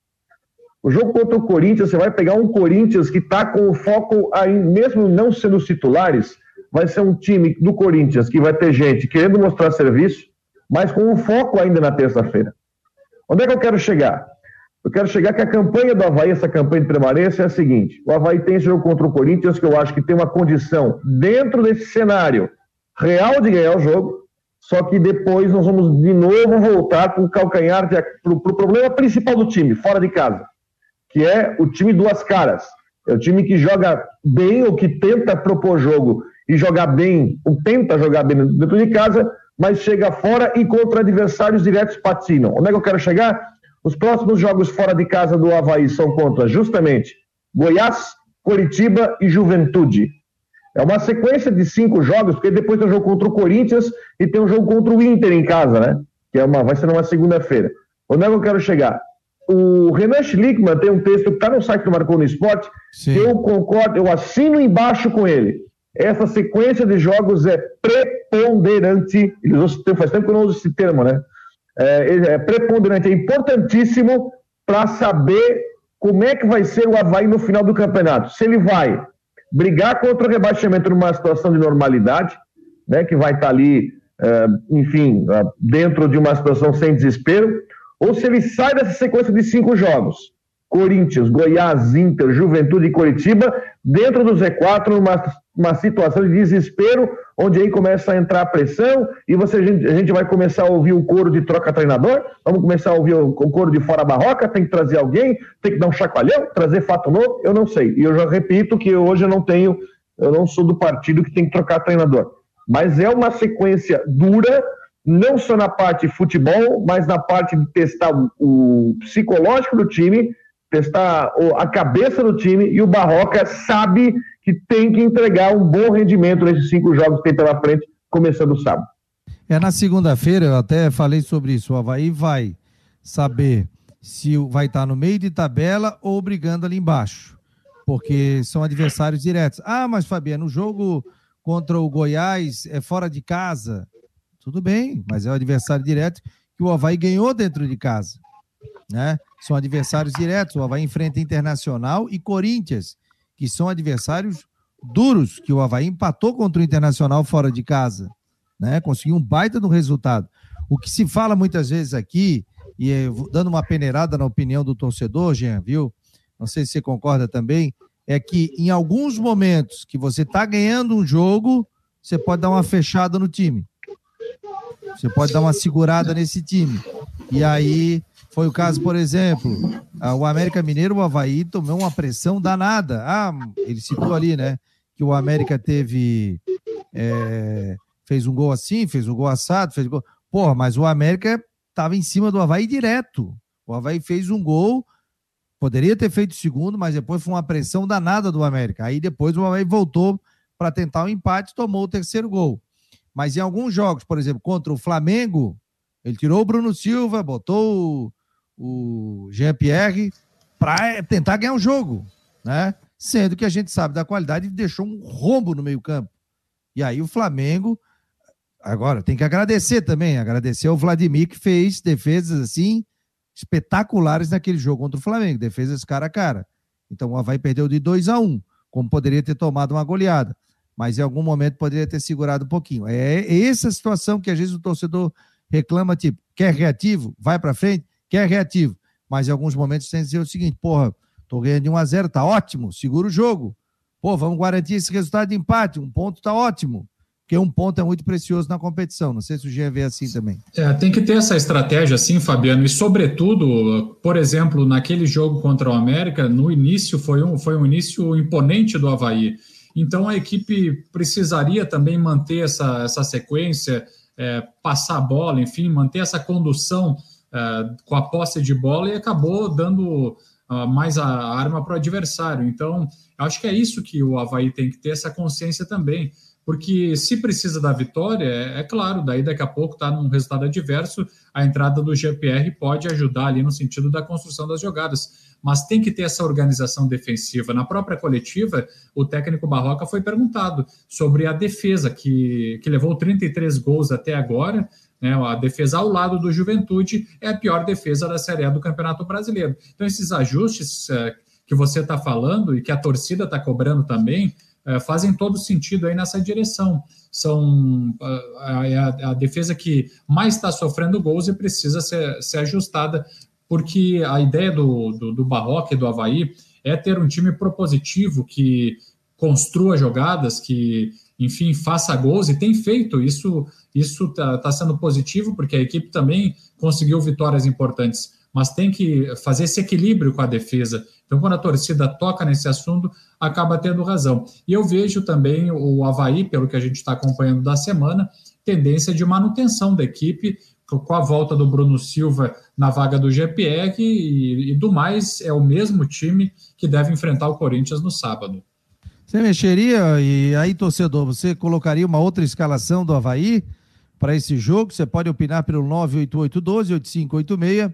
O jogo contra o Corinthians, você vai pegar um Corinthians que está com o foco, aí, mesmo não sendo os titulares, vai ser um time do Corinthians que vai ter gente querendo mostrar serviço, mas com o foco ainda na terça-feira. Onde é que eu quero chegar? Eu quero chegar que a campanha do Avaí, essa campanha de permanência, é a seguinte: o Avaí tem esse jogo contra o Corinthians, que eu acho que tem uma condição, dentro desse cenário real de ganhar o jogo, só que depois nós vamos de novo voltar para o calcanhar, para o pro problema principal do time, fora de casa, que é o time duas caras. É o time que joga bem, ou que tenta propor jogo e jogar bem, ou tenta jogar bem dentro de casa, mas chega fora e contra adversários diretos patinam. Onde é que eu quero chegar? Os próximos jogos fora de casa do Avaí são contra, justamente, Goiás, Coritiba e Juventude. É uma sequência de cinco jogos, porque depois tem um jogo contra o Corinthians e tem um jogo contra o Inter em casa, né? Que é uma, vai ser numa segunda-feira. Onde é que eu quero chegar? O Renan Schlickmann tem um texto que está no site do Marcou no Esporte, Sim. que eu concordo, eu assino embaixo com ele. Essa sequência de jogos é preponderante. Ele usou, faz tempo que eu não uso esse termo, né? É, é preponderante, é importantíssimo para saber como é que vai ser o Avaí no final do campeonato. Se ele vai brigar contra o rebaixamento numa situação de normalidade, né, que vai estar ali, é, enfim, dentro de uma situação sem desespero, ou se ele sai dessa sequência de cinco jogos, Corinthians, Goiás, Inter, Juventude e Coritiba, dentro do Z quatro, numa uma situação de desespero, onde aí começa a entrar a pressão, e você, a, gente, a gente vai começar a ouvir o coro de troca treinador, vamos começar a ouvir o, o coro de fora barroca, tem que trazer alguém, tem que dar um chacoalhão, trazer fato novo, eu não sei. E eu já repito que hoje eu não tenho, eu não sou do partido que tem que trocar treinador. Mas é uma sequência dura, não só na parte de futebol, mas na parte de testar o, o psicológico do time, testar a cabeça do time, e o Barroca sabe que tem que entregar um bom rendimento nesses cinco jogos que tem pela frente, começando o sábado. É, na segunda-feira, eu até falei sobre isso, o Avaí vai saber se vai estar no meio de tabela ou brigando ali embaixo, porque são adversários diretos. Ah, mas Fabiano, o jogo contra o Goiás é fora de casa. Tudo bem, mas é o adversário direto que o Avaí ganhou dentro de casa, né? São adversários diretos, o Avaí enfrenta Internacional e Corinthians, que são adversários duros, que o Avaí empatou contra o Internacional fora de casa, né? Conseguiu um baita do resultado. O que se fala muitas vezes aqui, e é, dando uma peneirada na opinião do torcedor, Jean, viu? Não sei se você concorda também, é que em alguns momentos que você está ganhando um jogo, você pode dar uma fechada no time. Você pode dar uma segurada nesse time. E aí, foi o caso, por exemplo, o América Mineiro, o Avaí, tomou uma pressão danada. Ah, ele citou ali, né, que o América teve... É, fez um gol assim, fez um gol assado, fez um gol... Porra, mas o América estava em cima do Avaí direto. O Avaí fez um gol, poderia ter feito o segundo, mas depois foi uma pressão danada do América. Aí depois o Avaí voltou para tentar o empate, tomou o terceiro gol. Mas em alguns jogos, por exemplo, contra o Flamengo, ele tirou o Bruno Silva, botou o, o Jean-Pierre para tentar ganhar o jogo, né? Sendo que a gente sabe da qualidade e deixou um rombo no meio-campo. E aí o Flamengo, agora tem que agradecer também, agradecer ao Vladimir, que fez defesas assim espetaculares naquele jogo contra o Flamengo, defesas cara a cara. Então o Avaí perdeu de dois a um, como poderia ter tomado uma goleada, mas em algum momento poderia ter segurado um pouquinho. É essa situação que às vezes o torcedor reclama, tipo, quer reativo? Vai pra frente? Quer reativo? Mas em alguns momentos tem que dizer o seguinte, porra, tô ganhando de um a zero, tá ótimo, segura o jogo. Pô, vamos garantir esse resultado de empate, um ponto tá ótimo, porque um ponto é muito precioso na competição. Não sei se o Jean vê assim também. É, tem que ter essa estratégia assim, Fabiano, e sobretudo, por exemplo, naquele jogo contra o América, no início foi um, foi um início imponente do Avaí. Então a equipe precisaria também manter essa, essa sequência, é, passar a bola, enfim, manter essa condução é, com a posse de bola, e acabou dando uh, mais a arma para o adversário. Então, acho que é isso que o Avaí tem que ter, essa consciência também. Porque se precisa da vitória, é, é claro, daí daqui a pouco está num resultado adverso, a entrada do G P R pode ajudar ali no sentido da construção das jogadas, mas tem que ter essa organização defensiva. Na própria coletiva, o técnico Barroca foi perguntado sobre a defesa, que, que levou trinta e três gols até agora, né, a defesa ao lado do Juventude é a pior defesa da Série A do Campeonato Brasileiro. Então esses ajustes é, que você está falando e que a torcida está cobrando também, É, fazem todo sentido aí nessa direção. São a, a, a defesa que mais está sofrendo gols e precisa ser, ser ajustada, porque a ideia do, do, do Barroca e do Avaí é ter um time propositivo, que construa jogadas, que, enfim, faça gols, e tem feito. Isso isso está tá sendo positivo, porque a equipe também conseguiu vitórias importantes, mas tem que fazer esse equilíbrio com a defesa. Então, quando a torcida toca nesse assunto, acaba tendo razão. E eu vejo também o Avaí, pelo que a gente está acompanhando da semana, tendência de manutenção da equipe, com a volta do Bruno Silva na vaga do G P R, e, e do mais, é o mesmo time que deve enfrentar o Corinthians no sábado. Você mexeria, e aí, torcedor, você colocaria uma outra escalação do Avaí para esse jogo? Você pode opinar pelo nove oito oito um dois, oito cinco oito seis.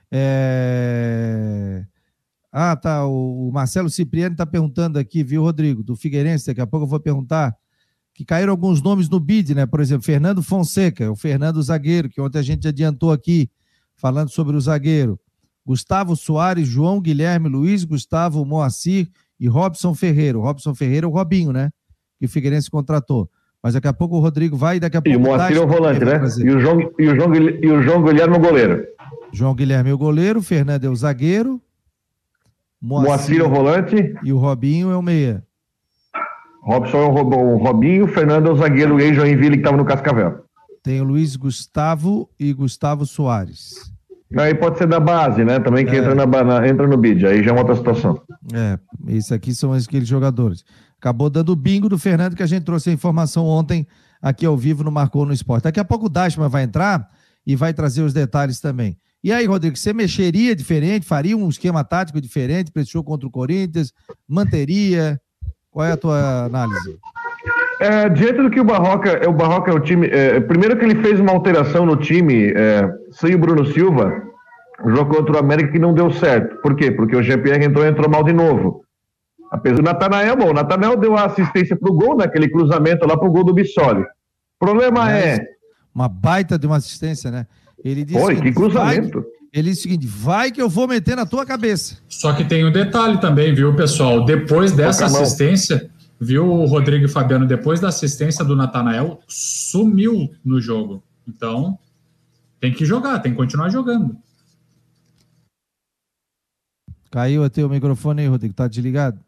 É... Ah, tá, o Marcelo Cipriani está perguntando aqui, viu, Rodrigo, do Figueirense, daqui a pouco eu vou perguntar, que caíram alguns nomes no bid, né, por exemplo, Fernando Fonseca, o Fernando zagueiro, que ontem a gente adiantou aqui, falando sobre o zagueiro, Gustavo Soares, João Guilherme, Luiz Gustavo, Moacir e Robson Ferreira. O Robson Ferreira é o Robinho, né, que o Figueirense contratou. Mas daqui a pouco o Rodrigo vai e daqui a pouco... E o Moacir é o volante, né? E o, João, e, o João, e o João Guilherme é o goleiro. João Guilherme é o goleiro, o Fernando é o zagueiro, Moacir, Moacir é o volante. E o Robinho é o meia. Robson é o Robinho, o Fernando é o zagueiro ex-Joinville que estava no Cascavel. Tem o Luiz Gustavo e Gustavo Soares. Aí pode ser da base, né? Também que é. entra, na, na, entra no bid, aí já é uma outra situação. É, esses aqui são aqueles jogadores. Acabou dando o bingo do Fernando, que a gente trouxe a informação ontem aqui ao vivo no Marcou no Esporte. Daqui a pouco o Dashman vai entrar e vai trazer os detalhes também. E aí, Rodrigo, você mexeria diferente, faria um esquema tático diferente para esse jogo contra o Corinthians? Manteria? Qual é a tua análise? É, diante do que o Barroca, o Barroca é o time... É, primeiro que ele fez uma alteração no time, é, sem o Bruno Silva, o jogo contra o América que não deu certo. Por quê? Porque o G P R entrou, entrou mal de novo. Apesar do Natanael, bom, o Natanael deu a assistência pro gol, naquele cruzamento lá pro gol do Bissoli. O problema Mas, é... Uma baita de uma assistência, né? Ele disse Oi, que cruzamento. Vai, ele disse o seguinte, vai que eu vou meter na tua cabeça. Só que tem um detalhe também, viu, pessoal? Depois dessa assistência, viu, o Rodrigo e Fabiano, depois da assistência do Natanael, sumiu no jogo. Então, tem que jogar, tem que continuar jogando. Caiu até o microfone aí, Rodrigo, tá desligado?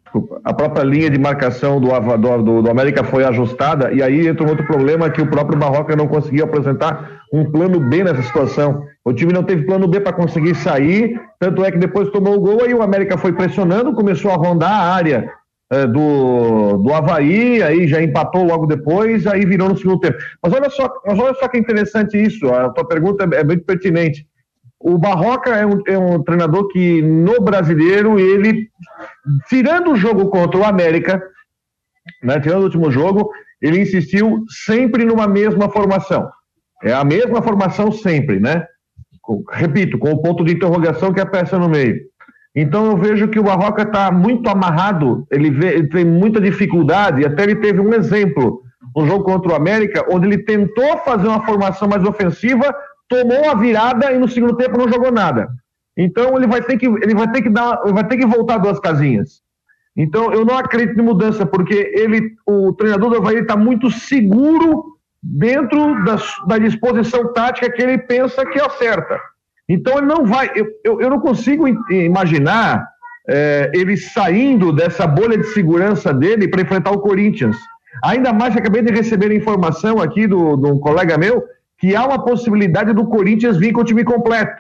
desculpa, a própria linha de marcação do, do, do América foi ajustada, e aí entra um outro problema que o próprio Barroca não conseguiu apresentar um plano B nessa situação. O time não teve plano B para conseguir sair, tanto é que depois tomou o gol, aí o América foi pressionando, começou a rondar a área é, do, do Avaí, aí já empatou logo depois, aí virou no segundo tempo. Mas olha só, mas olha só que interessante isso, a tua pergunta é muito pertinente. O Barroca é um, é um treinador que, no Brasileiro, ele, tirando o jogo contra o América, né, tirando o último jogo, ele insistiu sempre numa mesma formação. É a mesma formação sempre, né? Com, repito, com o ponto de interrogação que é a peça no meio. Então eu vejo que o Barroca está muito amarrado, ele, vê, ele tem muita dificuldade, e até ele teve um exemplo no jogo contra o América, onde ele tentou fazer uma formação mais ofensiva, tomou a virada e no segundo tempo não jogou nada. Então ele vai ter que, ele vai ter que, dar, ele vai ter que voltar duas casinhas. Então eu não acredito em mudança, porque ele, o treinador do Avaí está muito seguro dentro da, da disposição tática que ele pensa que é certa. Então ele não vai, eu, eu, eu não consigo imaginar é, ele saindo dessa bolha de segurança dele para enfrentar o Corinthians. Ainda mais que acabei de receber informação aqui do, de um colega meu, que há uma possibilidade do Corinthians vir com o time completo,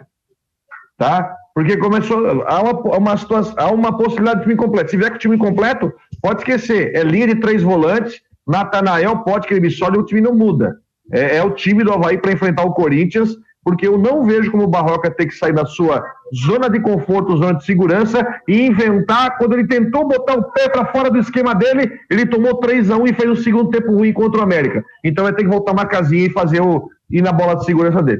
tá? Porque começou, há uma, uma, situação, há uma possibilidade de time completo. Se vier com o time completo, pode esquecer, é linha de três volantes, Natanael, pode que ele e o time não muda. É, é o time do Avaí para enfrentar o Corinthians, porque eu não vejo como o Barroca ter que sair da sua zona de conforto, zona de segurança, e inventar. Quando ele tentou botar o pé para fora do esquema dele, ele tomou três a um e fez o segundo tempo ruim contra o América. Então vai ter que voltar uma casinha e fazer o ir na bola de segurança dele.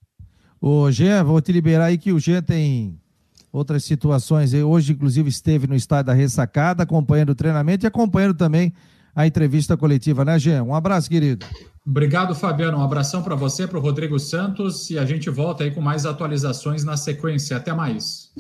Ô Jean, vou te liberar aí que o Jean tem outras situações. Hoje, inclusive, esteve no estádio da Ressacada, acompanhando o treinamento e acompanhando também a entrevista coletiva, né, Jean? Um abraço, querido. Obrigado, Fabiano. Um abração para você, para o Rodrigo Santos, e a gente volta aí com mais atualizações na sequência. Até mais.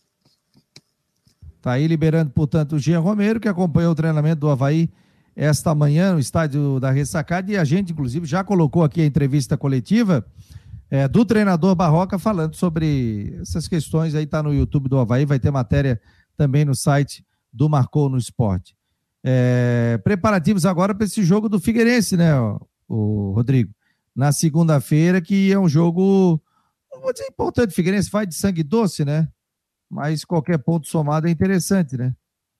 Tá aí liberando, portanto, o Jean Romero, que acompanhou o treinamento do Avaí esta manhã no estádio da Ressacada, e a gente, inclusive, já colocou aqui a entrevista coletiva é, do treinador Barroca falando sobre essas questões. Aí tá no YouTube do Avaí, vai ter matéria também no site do Marcou no Esporte. É, preparativos agora para esse jogo do Figueirense, né, ó, o Rodrigo? Na segunda-feira, que é um jogo, não vou dizer importante, o Figueirense vai de sangue doce, né? Mas qualquer ponto somado é interessante, né?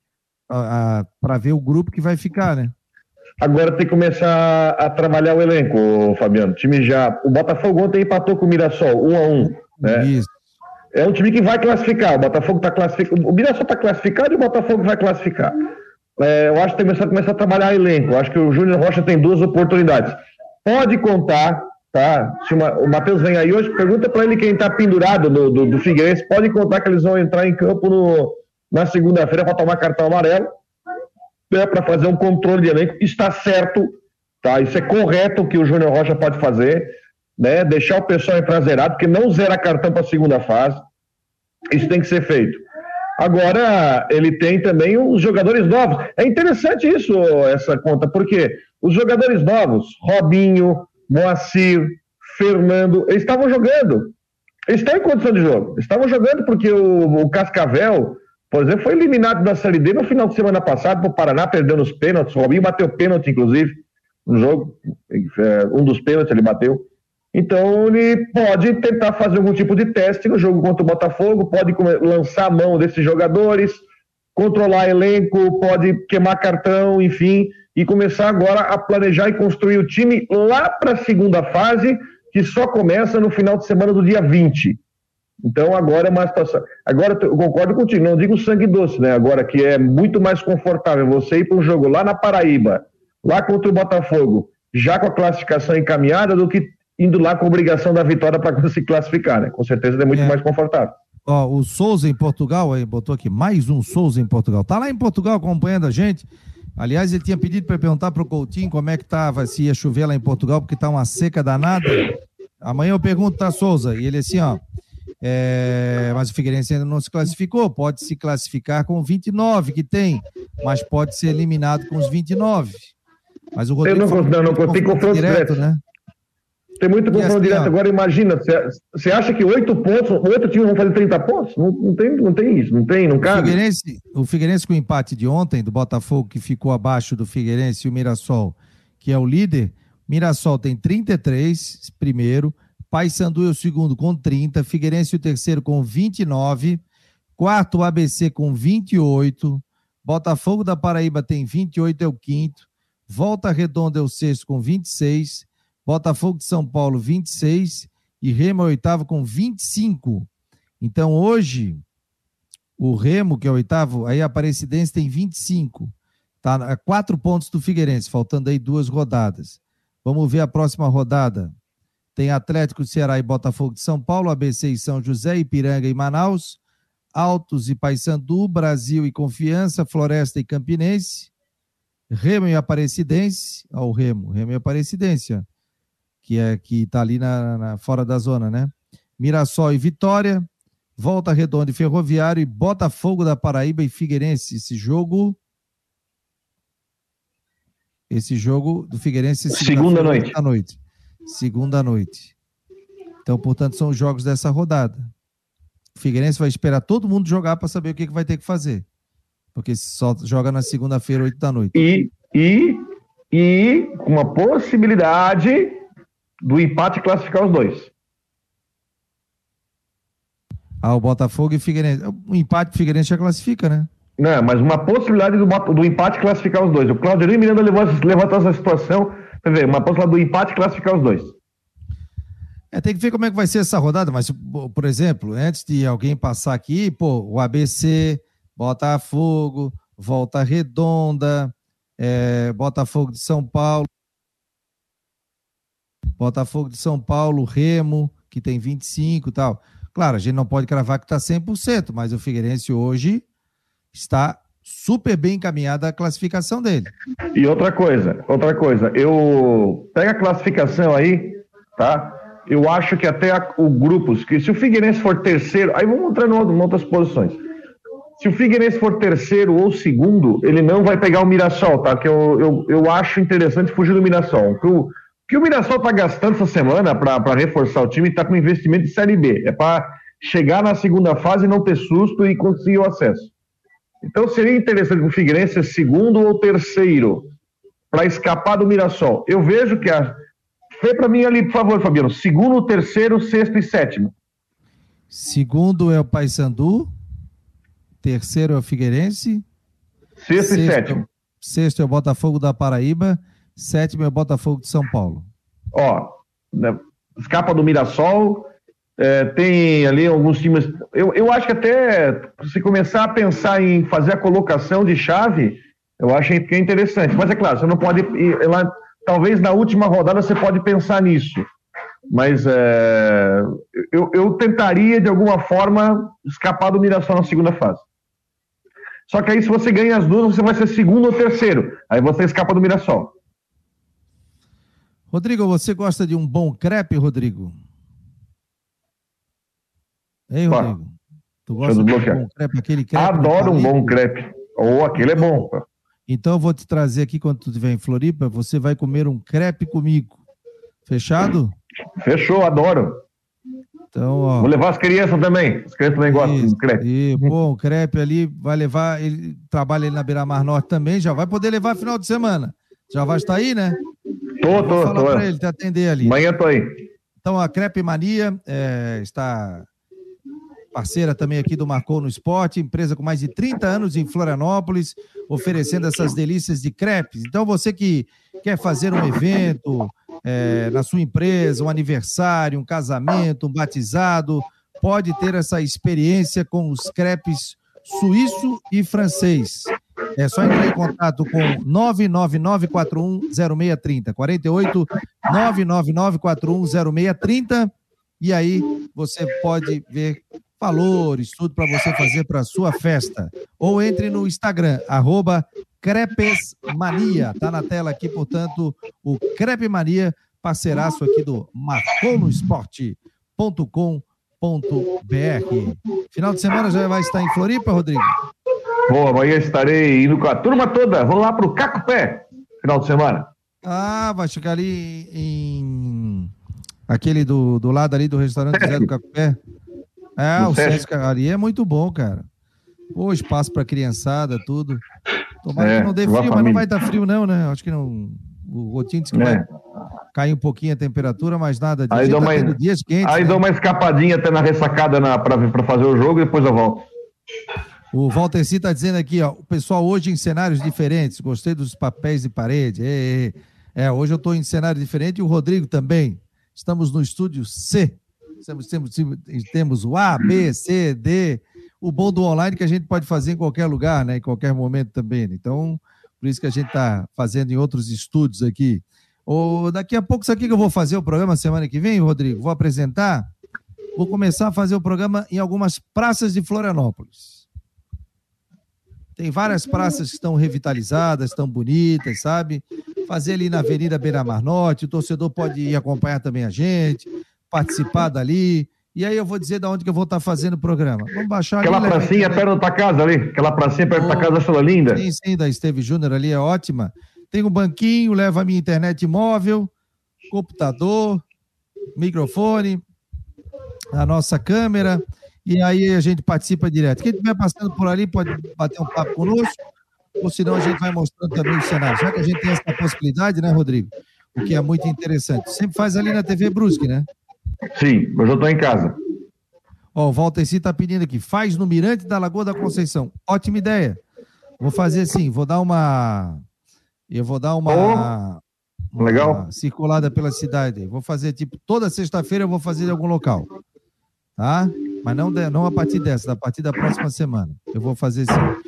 Para ver o grupo que vai ficar, né? Agora tem que começar a trabalhar o elenco, Fabiano. O time já. O Botafogo ontem empatou com o Mirassol, um a um. Né? Isso. É um time que vai classificar. O Botafogo está classificado. O Mirassol está classificado e o Botafogo vai classificar. É, eu acho que tem que começar, começar a trabalhar elenco. Eu acho que o Júnior Rocha tem duas oportunidades. Pode contar, tá? Se uma, o Matheus vem aí hoje, pergunta para ele quem está pendurado do, do, do Figueirense. Pode contar que eles vão entrar em campo no, na segunda-feira para tomar cartão amarelo, né, para fazer um controle de elenco. Está certo, tá? Isso é correto o que o Júnior Rocha pode fazer, né? Deixar o pessoal entrar zerado, porque não zera cartão para a segunda fase. Isso tem que ser feito. Agora, ele tem também os jogadores novos. É interessante isso, essa conta, porque os jogadores novos, Robinho, Moacir, Fernando, eles estavam jogando. Eles estão em condição de jogo. Eles estavam jogando porque o, o Cascavel, por exemplo, foi eliminado da Série D no final de semana passado para o Paraná, perdendo os pênaltis. O Robinho bateu pênalti, inclusive, no jogo. Um dos pênaltis ele bateu. Então ele pode tentar fazer algum tipo de teste no jogo contra o Botafogo, pode lançar a mão desses jogadores, controlar elenco, pode queimar cartão, enfim, e começar agora a planejar e construir o time lá para a segunda fase, que só começa no final de semana do dia vinte. Então agora é uma situação... Agora eu concordo contigo, não digo sangue doce, né? Agora que é muito mais confortável você ir para um jogo lá na Paraíba, lá contra o Botafogo, já com a classificação encaminhada, do que indo lá com a obrigação da vitória para se classificar, né? Com certeza é muito é. mais confortável. Ó, o Souza em Portugal, aí botou aqui, mais um Souza em Portugal. Tá lá em Portugal acompanhando a gente. Aliás, ele tinha pedido para perguntar pro Coutinho como é que tava, se ia chover lá em Portugal, porque tá uma seca danada. Amanhã eu pergunto, tá, Souza? E ele assim, ó, é... mas o Figueirense ainda não se classificou, pode se classificar com vinte e nove que tem, mas pode ser eliminado com os vinte e nove. Mas o Rodrigo eu não consigo, não, não consigo confronto direto, né? Tem muito confronto assim, direto. ó, Agora imagina, você acha que oito pontos, oito times vão fazer trinta pontos? Não, não, tem, não tem isso, não tem, não cabe. O Figueirense, o Figueirense com o empate de ontem, do Botafogo, que ficou abaixo do Figueirense, e o Mirassol, que é o líder. Mirassol tem trinta e três, primeiro. Paysandu é o segundo com trinta. Figueirense o terceiro com vinte e nove. Quarto, o A B C com vinte e oito. Botafogo da Paraíba tem vinte e oito, é o quinto. Volta Redonda é o sexto com vinte e seis. Botafogo de São Paulo, vinte e seis. E Remo é o oitavo com vinte e cinco. Então, hoje, o Remo, que é o oitavo, aí a Aparecidense tem vinte e cinco. Tá a quatro pontos do Figueirense, faltando aí duas rodadas. Vamos ver a próxima rodada. Tem Atlético de Ceará e Botafogo de São Paulo, A B C e São José, Ipiranga e Manaus, Altos e Paysandu, Brasil e Confiança, Floresta e Campinense, Remo e Aparecidense, ó, o Remo, Remo e Aparecidense, ó, que é que tá ali na, na, fora da zona, né? Mirassol e Vitória, Volta Redonda e Ferroviário e Botafogo da Paraíba e Figueirense. Esse jogo... Esse jogo do Figueirense... Segunda noite. À noite. Segunda noite. Então, portanto, são os jogos dessa rodada. O Figueirense vai esperar todo mundo jogar para saber o que, que vai ter que fazer. Porque só joga na segunda-feira, oito da noite. E, e, e com a possibilidade do empate classificar os dois. Ah, o Botafogo e o Figueirense. O empate do Figueirense já classifica, né? Não, mas uma possibilidade do, do empate classificar os dois. O Claudio Miranda levou, levantou essa situação. Quer dizer, uma possibilidade do empate classificar os dois. É, tem que ver como é que vai ser essa rodada, mas, por exemplo, antes de alguém passar aqui, pô, o A B C, Botafogo, Volta Redonda, é, Botafogo de São Paulo, Botafogo de São Paulo, Remo, que tem vinte e cinco e tal. Claro, a gente não pode cravar que está cem por cento, mas o Figueirense hoje está super bem encaminhada a classificação dele. E outra coisa, outra coisa, eu pega a classificação aí, tá? Eu acho que até a, o grupo, que se o Figueirense for terceiro, aí vamos entrar em outras posições. Se o Figueirense for terceiro ou segundo, ele não vai pegar o Mirassol, tá? Que eu, eu, eu acho interessante fugir do Mirassol. O que o, que o Mirassol está gastando essa semana para reforçar o time está com investimento de Série B. É para chegar na segunda fase e não ter susto e conseguir o acesso. Então seria interessante o Figueirense ser segundo ou terceiro para escapar do Mirassol. Eu vejo que a... Vê para mim ali, por favor, Fabiano. Segundo, terceiro, sexto e sétimo. Segundo é o Paysandu. Terceiro é o Figueirense. Sexto, sexto e sétimo. Sexto é o Botafogo da Paraíba. Sétimo é o Botafogo de São Paulo. Ó, né, escapa do Mirassol. É, tem ali alguns times. Eu, eu acho que até se começar a pensar em fazer a colocação de chave, eu acho que é interessante. Mas é claro, você não pode ir lá. Talvez na última rodada você pode pensar nisso. Mas é, eu, eu tentaria, de alguma forma, escapar do Mirassol na segunda fase. Só que aí, se você ganha as duas, você vai ser segundo ou terceiro. Aí você escapa do Mirassol. Rodrigo, você gosta de um bom crepe, Rodrigo? Ei, Rodrigo. Ah, tu gosta de um bom crepe? Aquele crepe? Adoro um bom crepe. Ou oh, aquele é bom. Então eu vou te trazer aqui quando tu estiver em Floripa, você vai comer um crepe comigo. Fechado? Fechou, adoro. Então, ó. Vou levar as crianças também. As crianças também gostam de crepe. E, pô, o crepe ali vai levar, ele trabalha ali na Beira-Mar Norte também, já vai poder levar final de semana. Já vai estar aí, né? Tô, tô, vou falar tô. Pra ele te atender ali. Amanhã tô aí. Então a Crepe Mania é, está parceira também aqui do Marcou no Esporte, empresa com mais de trinta anos em Florianópolis, oferecendo essas delícias de crepes. Então você que quer fazer um evento é, na sua empresa, um aniversário, um casamento, um batizado, pode ter essa experiência com os crepes suíço e francês. É só entrar em contato com nove nove nove quatro um zero seis três zero, quarenta e oito, nove nove nove quatro um zero seis três zero, e aí você pode ver valores, tudo para você fazer para a sua festa. Ou entre no Instagram, arroba Crepesmania. Tá na tela aqui, portanto, o Crepe Mania, parceiraço aqui do marcou no esporte ponto com ponto b r. Final de semana já vai estar em Floripa, Rodrigo? Bom, amanhã estarei indo com a turma toda. Vou lá pro Caco Pé, final de semana. Ah, vai chegar ali em... Aquele do, do lado ali do restaurante Zé do Cacupé. É, o Sesc ali é muito bom, cara. Pô, espaço pra criançada, tudo. Tomara é, que não dê frio, mas não vai dar frio não, né? Acho que não... O Rotinho disse que é. vai cair um pouquinho a temperatura, mas nada disso. Aí, dou, tá uma, dias quentes, aí né? dou uma escapadinha até na ressacada na, pra, pra fazer o jogo e depois eu volto. O Valterci tá dizendo aqui, ó, o pessoal hoje em cenários diferentes, gostei dos papéis de parede. É, é, é hoje eu tô em cenário diferente e o Rodrigo também. Estamos no estúdio C. Temos, temos, temos o A, B, C, D. O bom do online é que a gente pode fazer em qualquer lugar, né? Em qualquer momento também. Né? Então, por isso que a gente está fazendo em outros estúdios aqui. Ou, daqui a pouco, sabe o que eu vou fazer o programa semana que vem, Rodrigo? Vou apresentar. Vou começar a fazer o programa em algumas praças de Florianópolis. Tem várias praças que estão revitalizadas, estão bonitas, sabe? Fazer ali na Avenida Beira-Mar Norte, o torcedor pode ir acompanhar também a gente, participar dali, e aí eu vou dizer de onde que eu vou estar fazendo o programa. Vamos baixar Aquela ali, pracinha né? perto da tua casa ali, aquela pracinha perto oh, da tua casa, acho ela linda. Sim, sim, da Esteve Júnior ali, é ótima. Tem um banquinho, leva a minha internet móvel, computador, microfone, a nossa câmera, e aí a gente participa direto. Quem estiver passando por ali pode bater um papo conosco, ou senão a gente vai mostrando também o cenário. Já que a gente tem essa possibilidade, né, Rodrigo? O que é muito interessante. Sempre faz ali na T V Brusque, né? Sim, hoje eu estou em casa. Ó, o Valterci está pedindo aqui, faz no Mirante da Lagoa da Conceição. Ótima ideia. Vou fazer assim, vou dar uma... Eu vou dar uma... Oh, uma legal. circulada pela cidade. Vou fazer, tipo, toda sexta-feira eu vou fazer em algum local. Tá? Mas não, não a partir dessa, a partir da próxima semana. Eu vou fazer assim.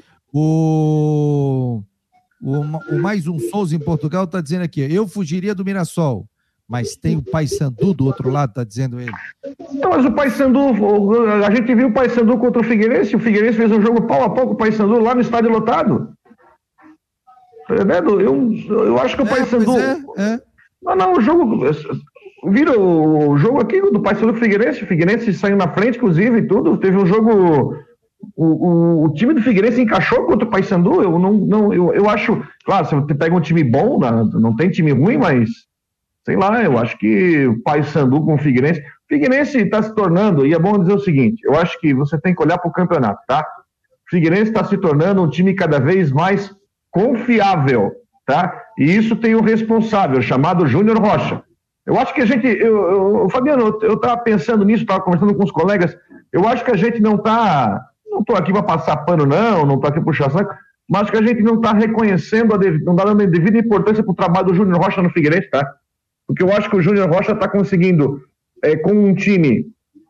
O... O, o Mais Um Souza em Portugal está dizendo aqui, eu fugiria do Mirassol, mas tem o Paysandu do outro lado, está dizendo ele. Então, mas o Paysandu, a gente viu o Paysandu contra o Figueirense, o Figueirense fez um jogo pau a pau com o Paysandu lá no estádio lotado. Eu, eu acho que o é, Paysandu... É, é. Não, não, o jogo... Vira o jogo aqui do Paysandu com o Figueirense, o Figueirense saiu na frente, inclusive, e tudo, teve um jogo... O, o, o time do Figueirense encaixou contra o Paysandu. Eu não, não eu, eu acho, claro, você pega um time bom, não, não tem time ruim, mas sei lá, eu acho que o Paysandu com o Figueirense, o Figueirense está se tornando, e é bom dizer o seguinte, eu acho que você tem que olhar para o campeonato, tá? O Figueirense está se tornando um time cada vez mais confiável, tá? E isso tem um responsável chamado Júnior Rocha. Eu acho que a gente, eu, eu, Fabiano, eu estava pensando nisso, estava conversando com os colegas, eu acho que a gente não está não estou aqui para passar pano, não, não estou aqui para puxar saco, mas que a gente não está reconhecendo, a dev... não está dando a devida importância para o trabalho do Júnior Rocha no Figueirense, tá? Porque eu acho que o Júnior Rocha está conseguindo, é, com um time,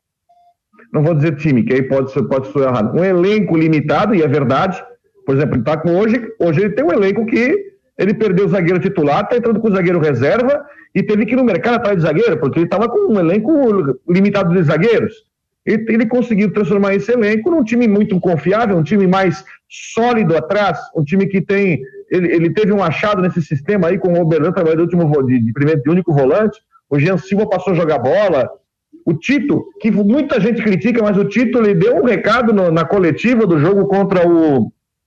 não vou dizer time, que aí pode ser, pode ser errado, um elenco limitado, e é verdade, por exemplo, ele está com hoje, hoje ele tem um elenco que ele perdeu o zagueiro titular, está entrando com o zagueiro reserva, e teve que ir no mercado atrás de zagueiro, porque ele estava com um elenco limitado de zagueiros. Ele conseguiu transformar esse elenco num time muito confiável, um time mais sólido atrás, um time que tem... Ele, ele teve um achado nesse sistema aí com o Oberdan, trabalhando de, último, de, de primeiro de único volante, o Jean Silva passou a jogar bola, o Tito, que muita gente critica, mas o Tito ele deu um recado no, na coletiva do jogo contra o,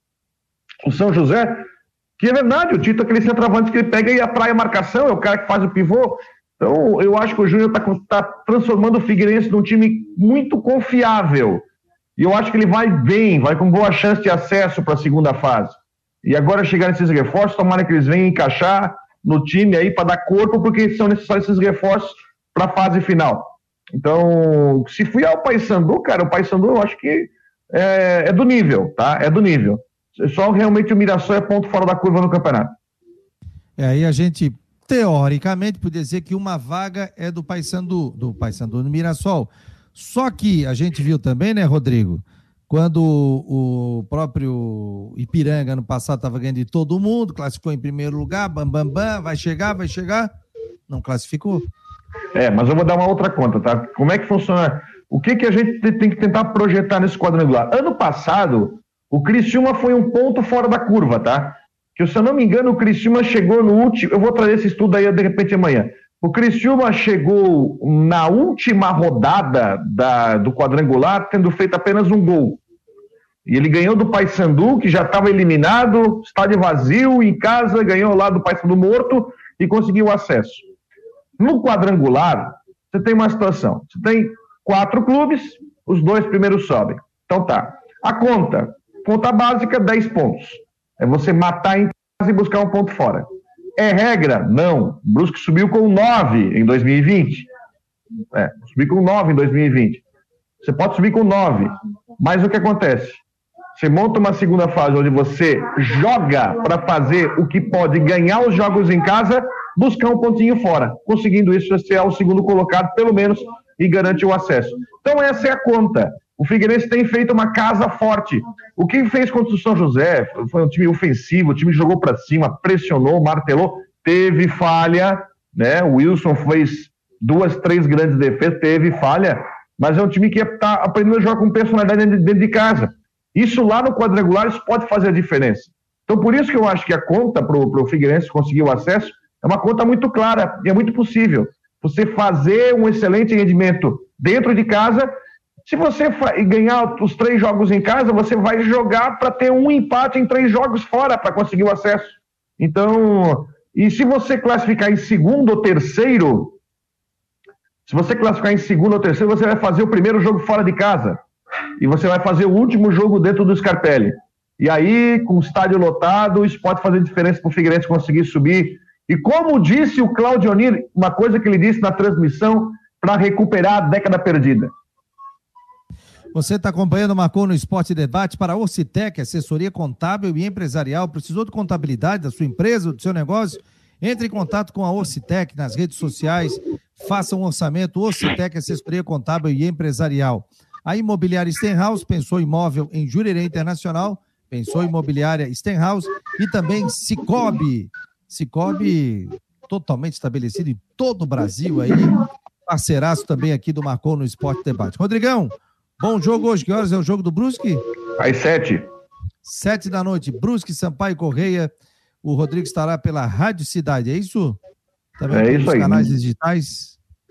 o São José, que é verdade, o Tito é aquele centroavante que ele pega e atrai a marcação, é o cara que faz o pivô. Então, eu acho que o Júnior está tá transformando o Figueirense num time muito confiável. E eu acho que ele vai bem, vai com boa chance de acesso para a segunda fase. E agora chegar nesses reforços, tomara que eles venham encaixar no time aí para dar corpo, porque são necessários esses reforços para a fase final. Então, se fui ao Paysandu, cara, o Paysandu eu acho que é, é do nível, tá? É do nível. Só realmente o Mirassol é ponto fora da curva no campeonato. É, aí a gente... Teoricamente, podia dizer que uma vaga é do Paysandu, do Paysandu no Mirassol. Só que a gente viu também, né, Rodrigo, quando o próprio Ipiranga, ano passado, estava ganhando de todo mundo, classificou em primeiro lugar, bam, bam, bam, vai chegar, vai chegar, não classificou. É, mas eu vou dar uma outra conta, tá? Como é que funciona? O que, que a gente tem que tentar projetar nesse quadrangular? Ano passado, o Criciúma foi um ponto fora da curva, tá? Que, se eu não me engano, o Criciúma chegou no último... Eu vou trazer esse estudo aí, de repente, amanhã. O Criciúma chegou na última rodada da, do quadrangular, tendo feito apenas um gol. E ele ganhou do Paysandu, que já estava eliminado, estádio vazio, em casa, ganhou lá do Paysandu morto e conseguiu acesso. No quadrangular, você tem uma situação, você tem quatro clubes, os dois primeiros sobem. Então tá, a conta, conta básica, dez pontos. É você matar em casa e buscar um ponto fora. É regra? Não. O Brusque subiu com nove em dois mil e vinte. É, subiu com nove em dois mil e vinte. Você pode subir com nove, mas o que acontece? Você monta uma segunda fase onde você joga para fazer o que pode ganhar os jogos em casa, buscar um pontinho fora. Conseguindo isso, você é o segundo colocado, pelo menos, e garante o acesso. Então essa é a conta. O Figueirense tem feito uma casa forte. O que fez contra o São José foi um time ofensivo, o time jogou para cima, pressionou, martelou, teve falha, né? O Wilson fez duas, três grandes defesas, teve falha, mas é um time que está aprendendo a jogar com personalidade dentro de casa. Isso lá no quadrangular, isso pode fazer a diferença. Então por isso que eu acho que a conta para o Figueirense conseguir o acesso é uma conta muito clara e é muito possível. Você fazer um excelente rendimento dentro de casa, se você ganhar os três jogos em casa, você vai jogar para ter um empate em três jogos fora para conseguir o acesso. Então, e se você classificar em segundo ou terceiro, se você classificar em segundo ou terceiro, você vai fazer o primeiro jogo fora de casa. E você vai fazer o último jogo dentro do Scarpelli. E aí, com o estádio lotado, isso pode fazer diferença para o Figueirense conseguir subir. E como disse o Claudio Onir, uma coisa que ele disse na transmissão, para recuperar a década perdida. Você está acompanhando o Marcou no Esporte Debate para a Orcitec, assessoria contábil e empresarial. Precisou de contabilidade da sua empresa, do seu negócio? Entre em contato com a Orcitec nas redes sociais, faça um orçamento. Orcitec, assessoria contábil e empresarial. A Imobiliária Stenhouse pensou imóvel em Jurerê Internacional, pensou imobiliária Stenhouse e também Cicobi. Cicobi totalmente estabelecido em todo o Brasil aí, parceiraço também aqui do Marcou no Esporte Debate. Rodrigão, bom jogo hoje. Que horas é o jogo do Brusque? Às sete. Sete da noite. Brusque, Sampaio Correia. O Rodrigo estará pela Rádio Cidade, é isso? Também é pelos isso aí. Canais digitais.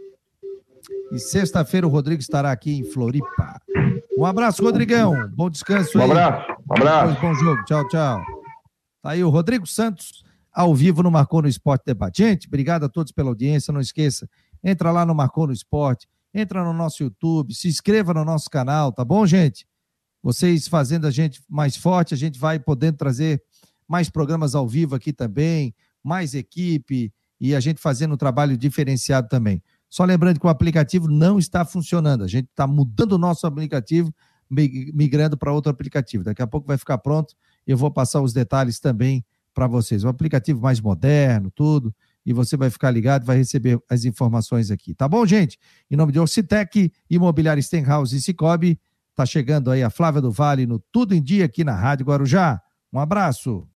E sexta-feira o Rodrigo estará aqui em Floripa. Um abraço, Rodrigão. Bom descanso aí. Um abraço. Um abraço. Depois, bom jogo. Tchau, tchau. Tá aí o Rodrigo Santos, ao vivo no Marcou no Esporte Debate. Gente, obrigado a todos pela audiência. Não esqueça, entra lá no Marcou no Esporte, entra no nosso YouTube, se inscreva no nosso canal, tá bom, gente? Vocês fazendo a gente mais forte, a gente vai podendo trazer mais programas ao vivo aqui também, mais equipe e a gente fazendo um trabalho diferenciado também. Só lembrando que o aplicativo não está funcionando. A gente está mudando o nosso aplicativo, migrando para outro aplicativo. Daqui a pouco vai ficar pronto e eu vou passar os detalhes também para vocês. Um aplicativo mais moderno, tudo, e você vai ficar ligado, vai receber as informações aqui. Tá bom, gente? Em nome de Orcitec, Imobiliária Stenhouse e Cicobi, tá chegando aí a Flávia do Vale no Tudo em Dia aqui na Rádio Guarujá. Um abraço.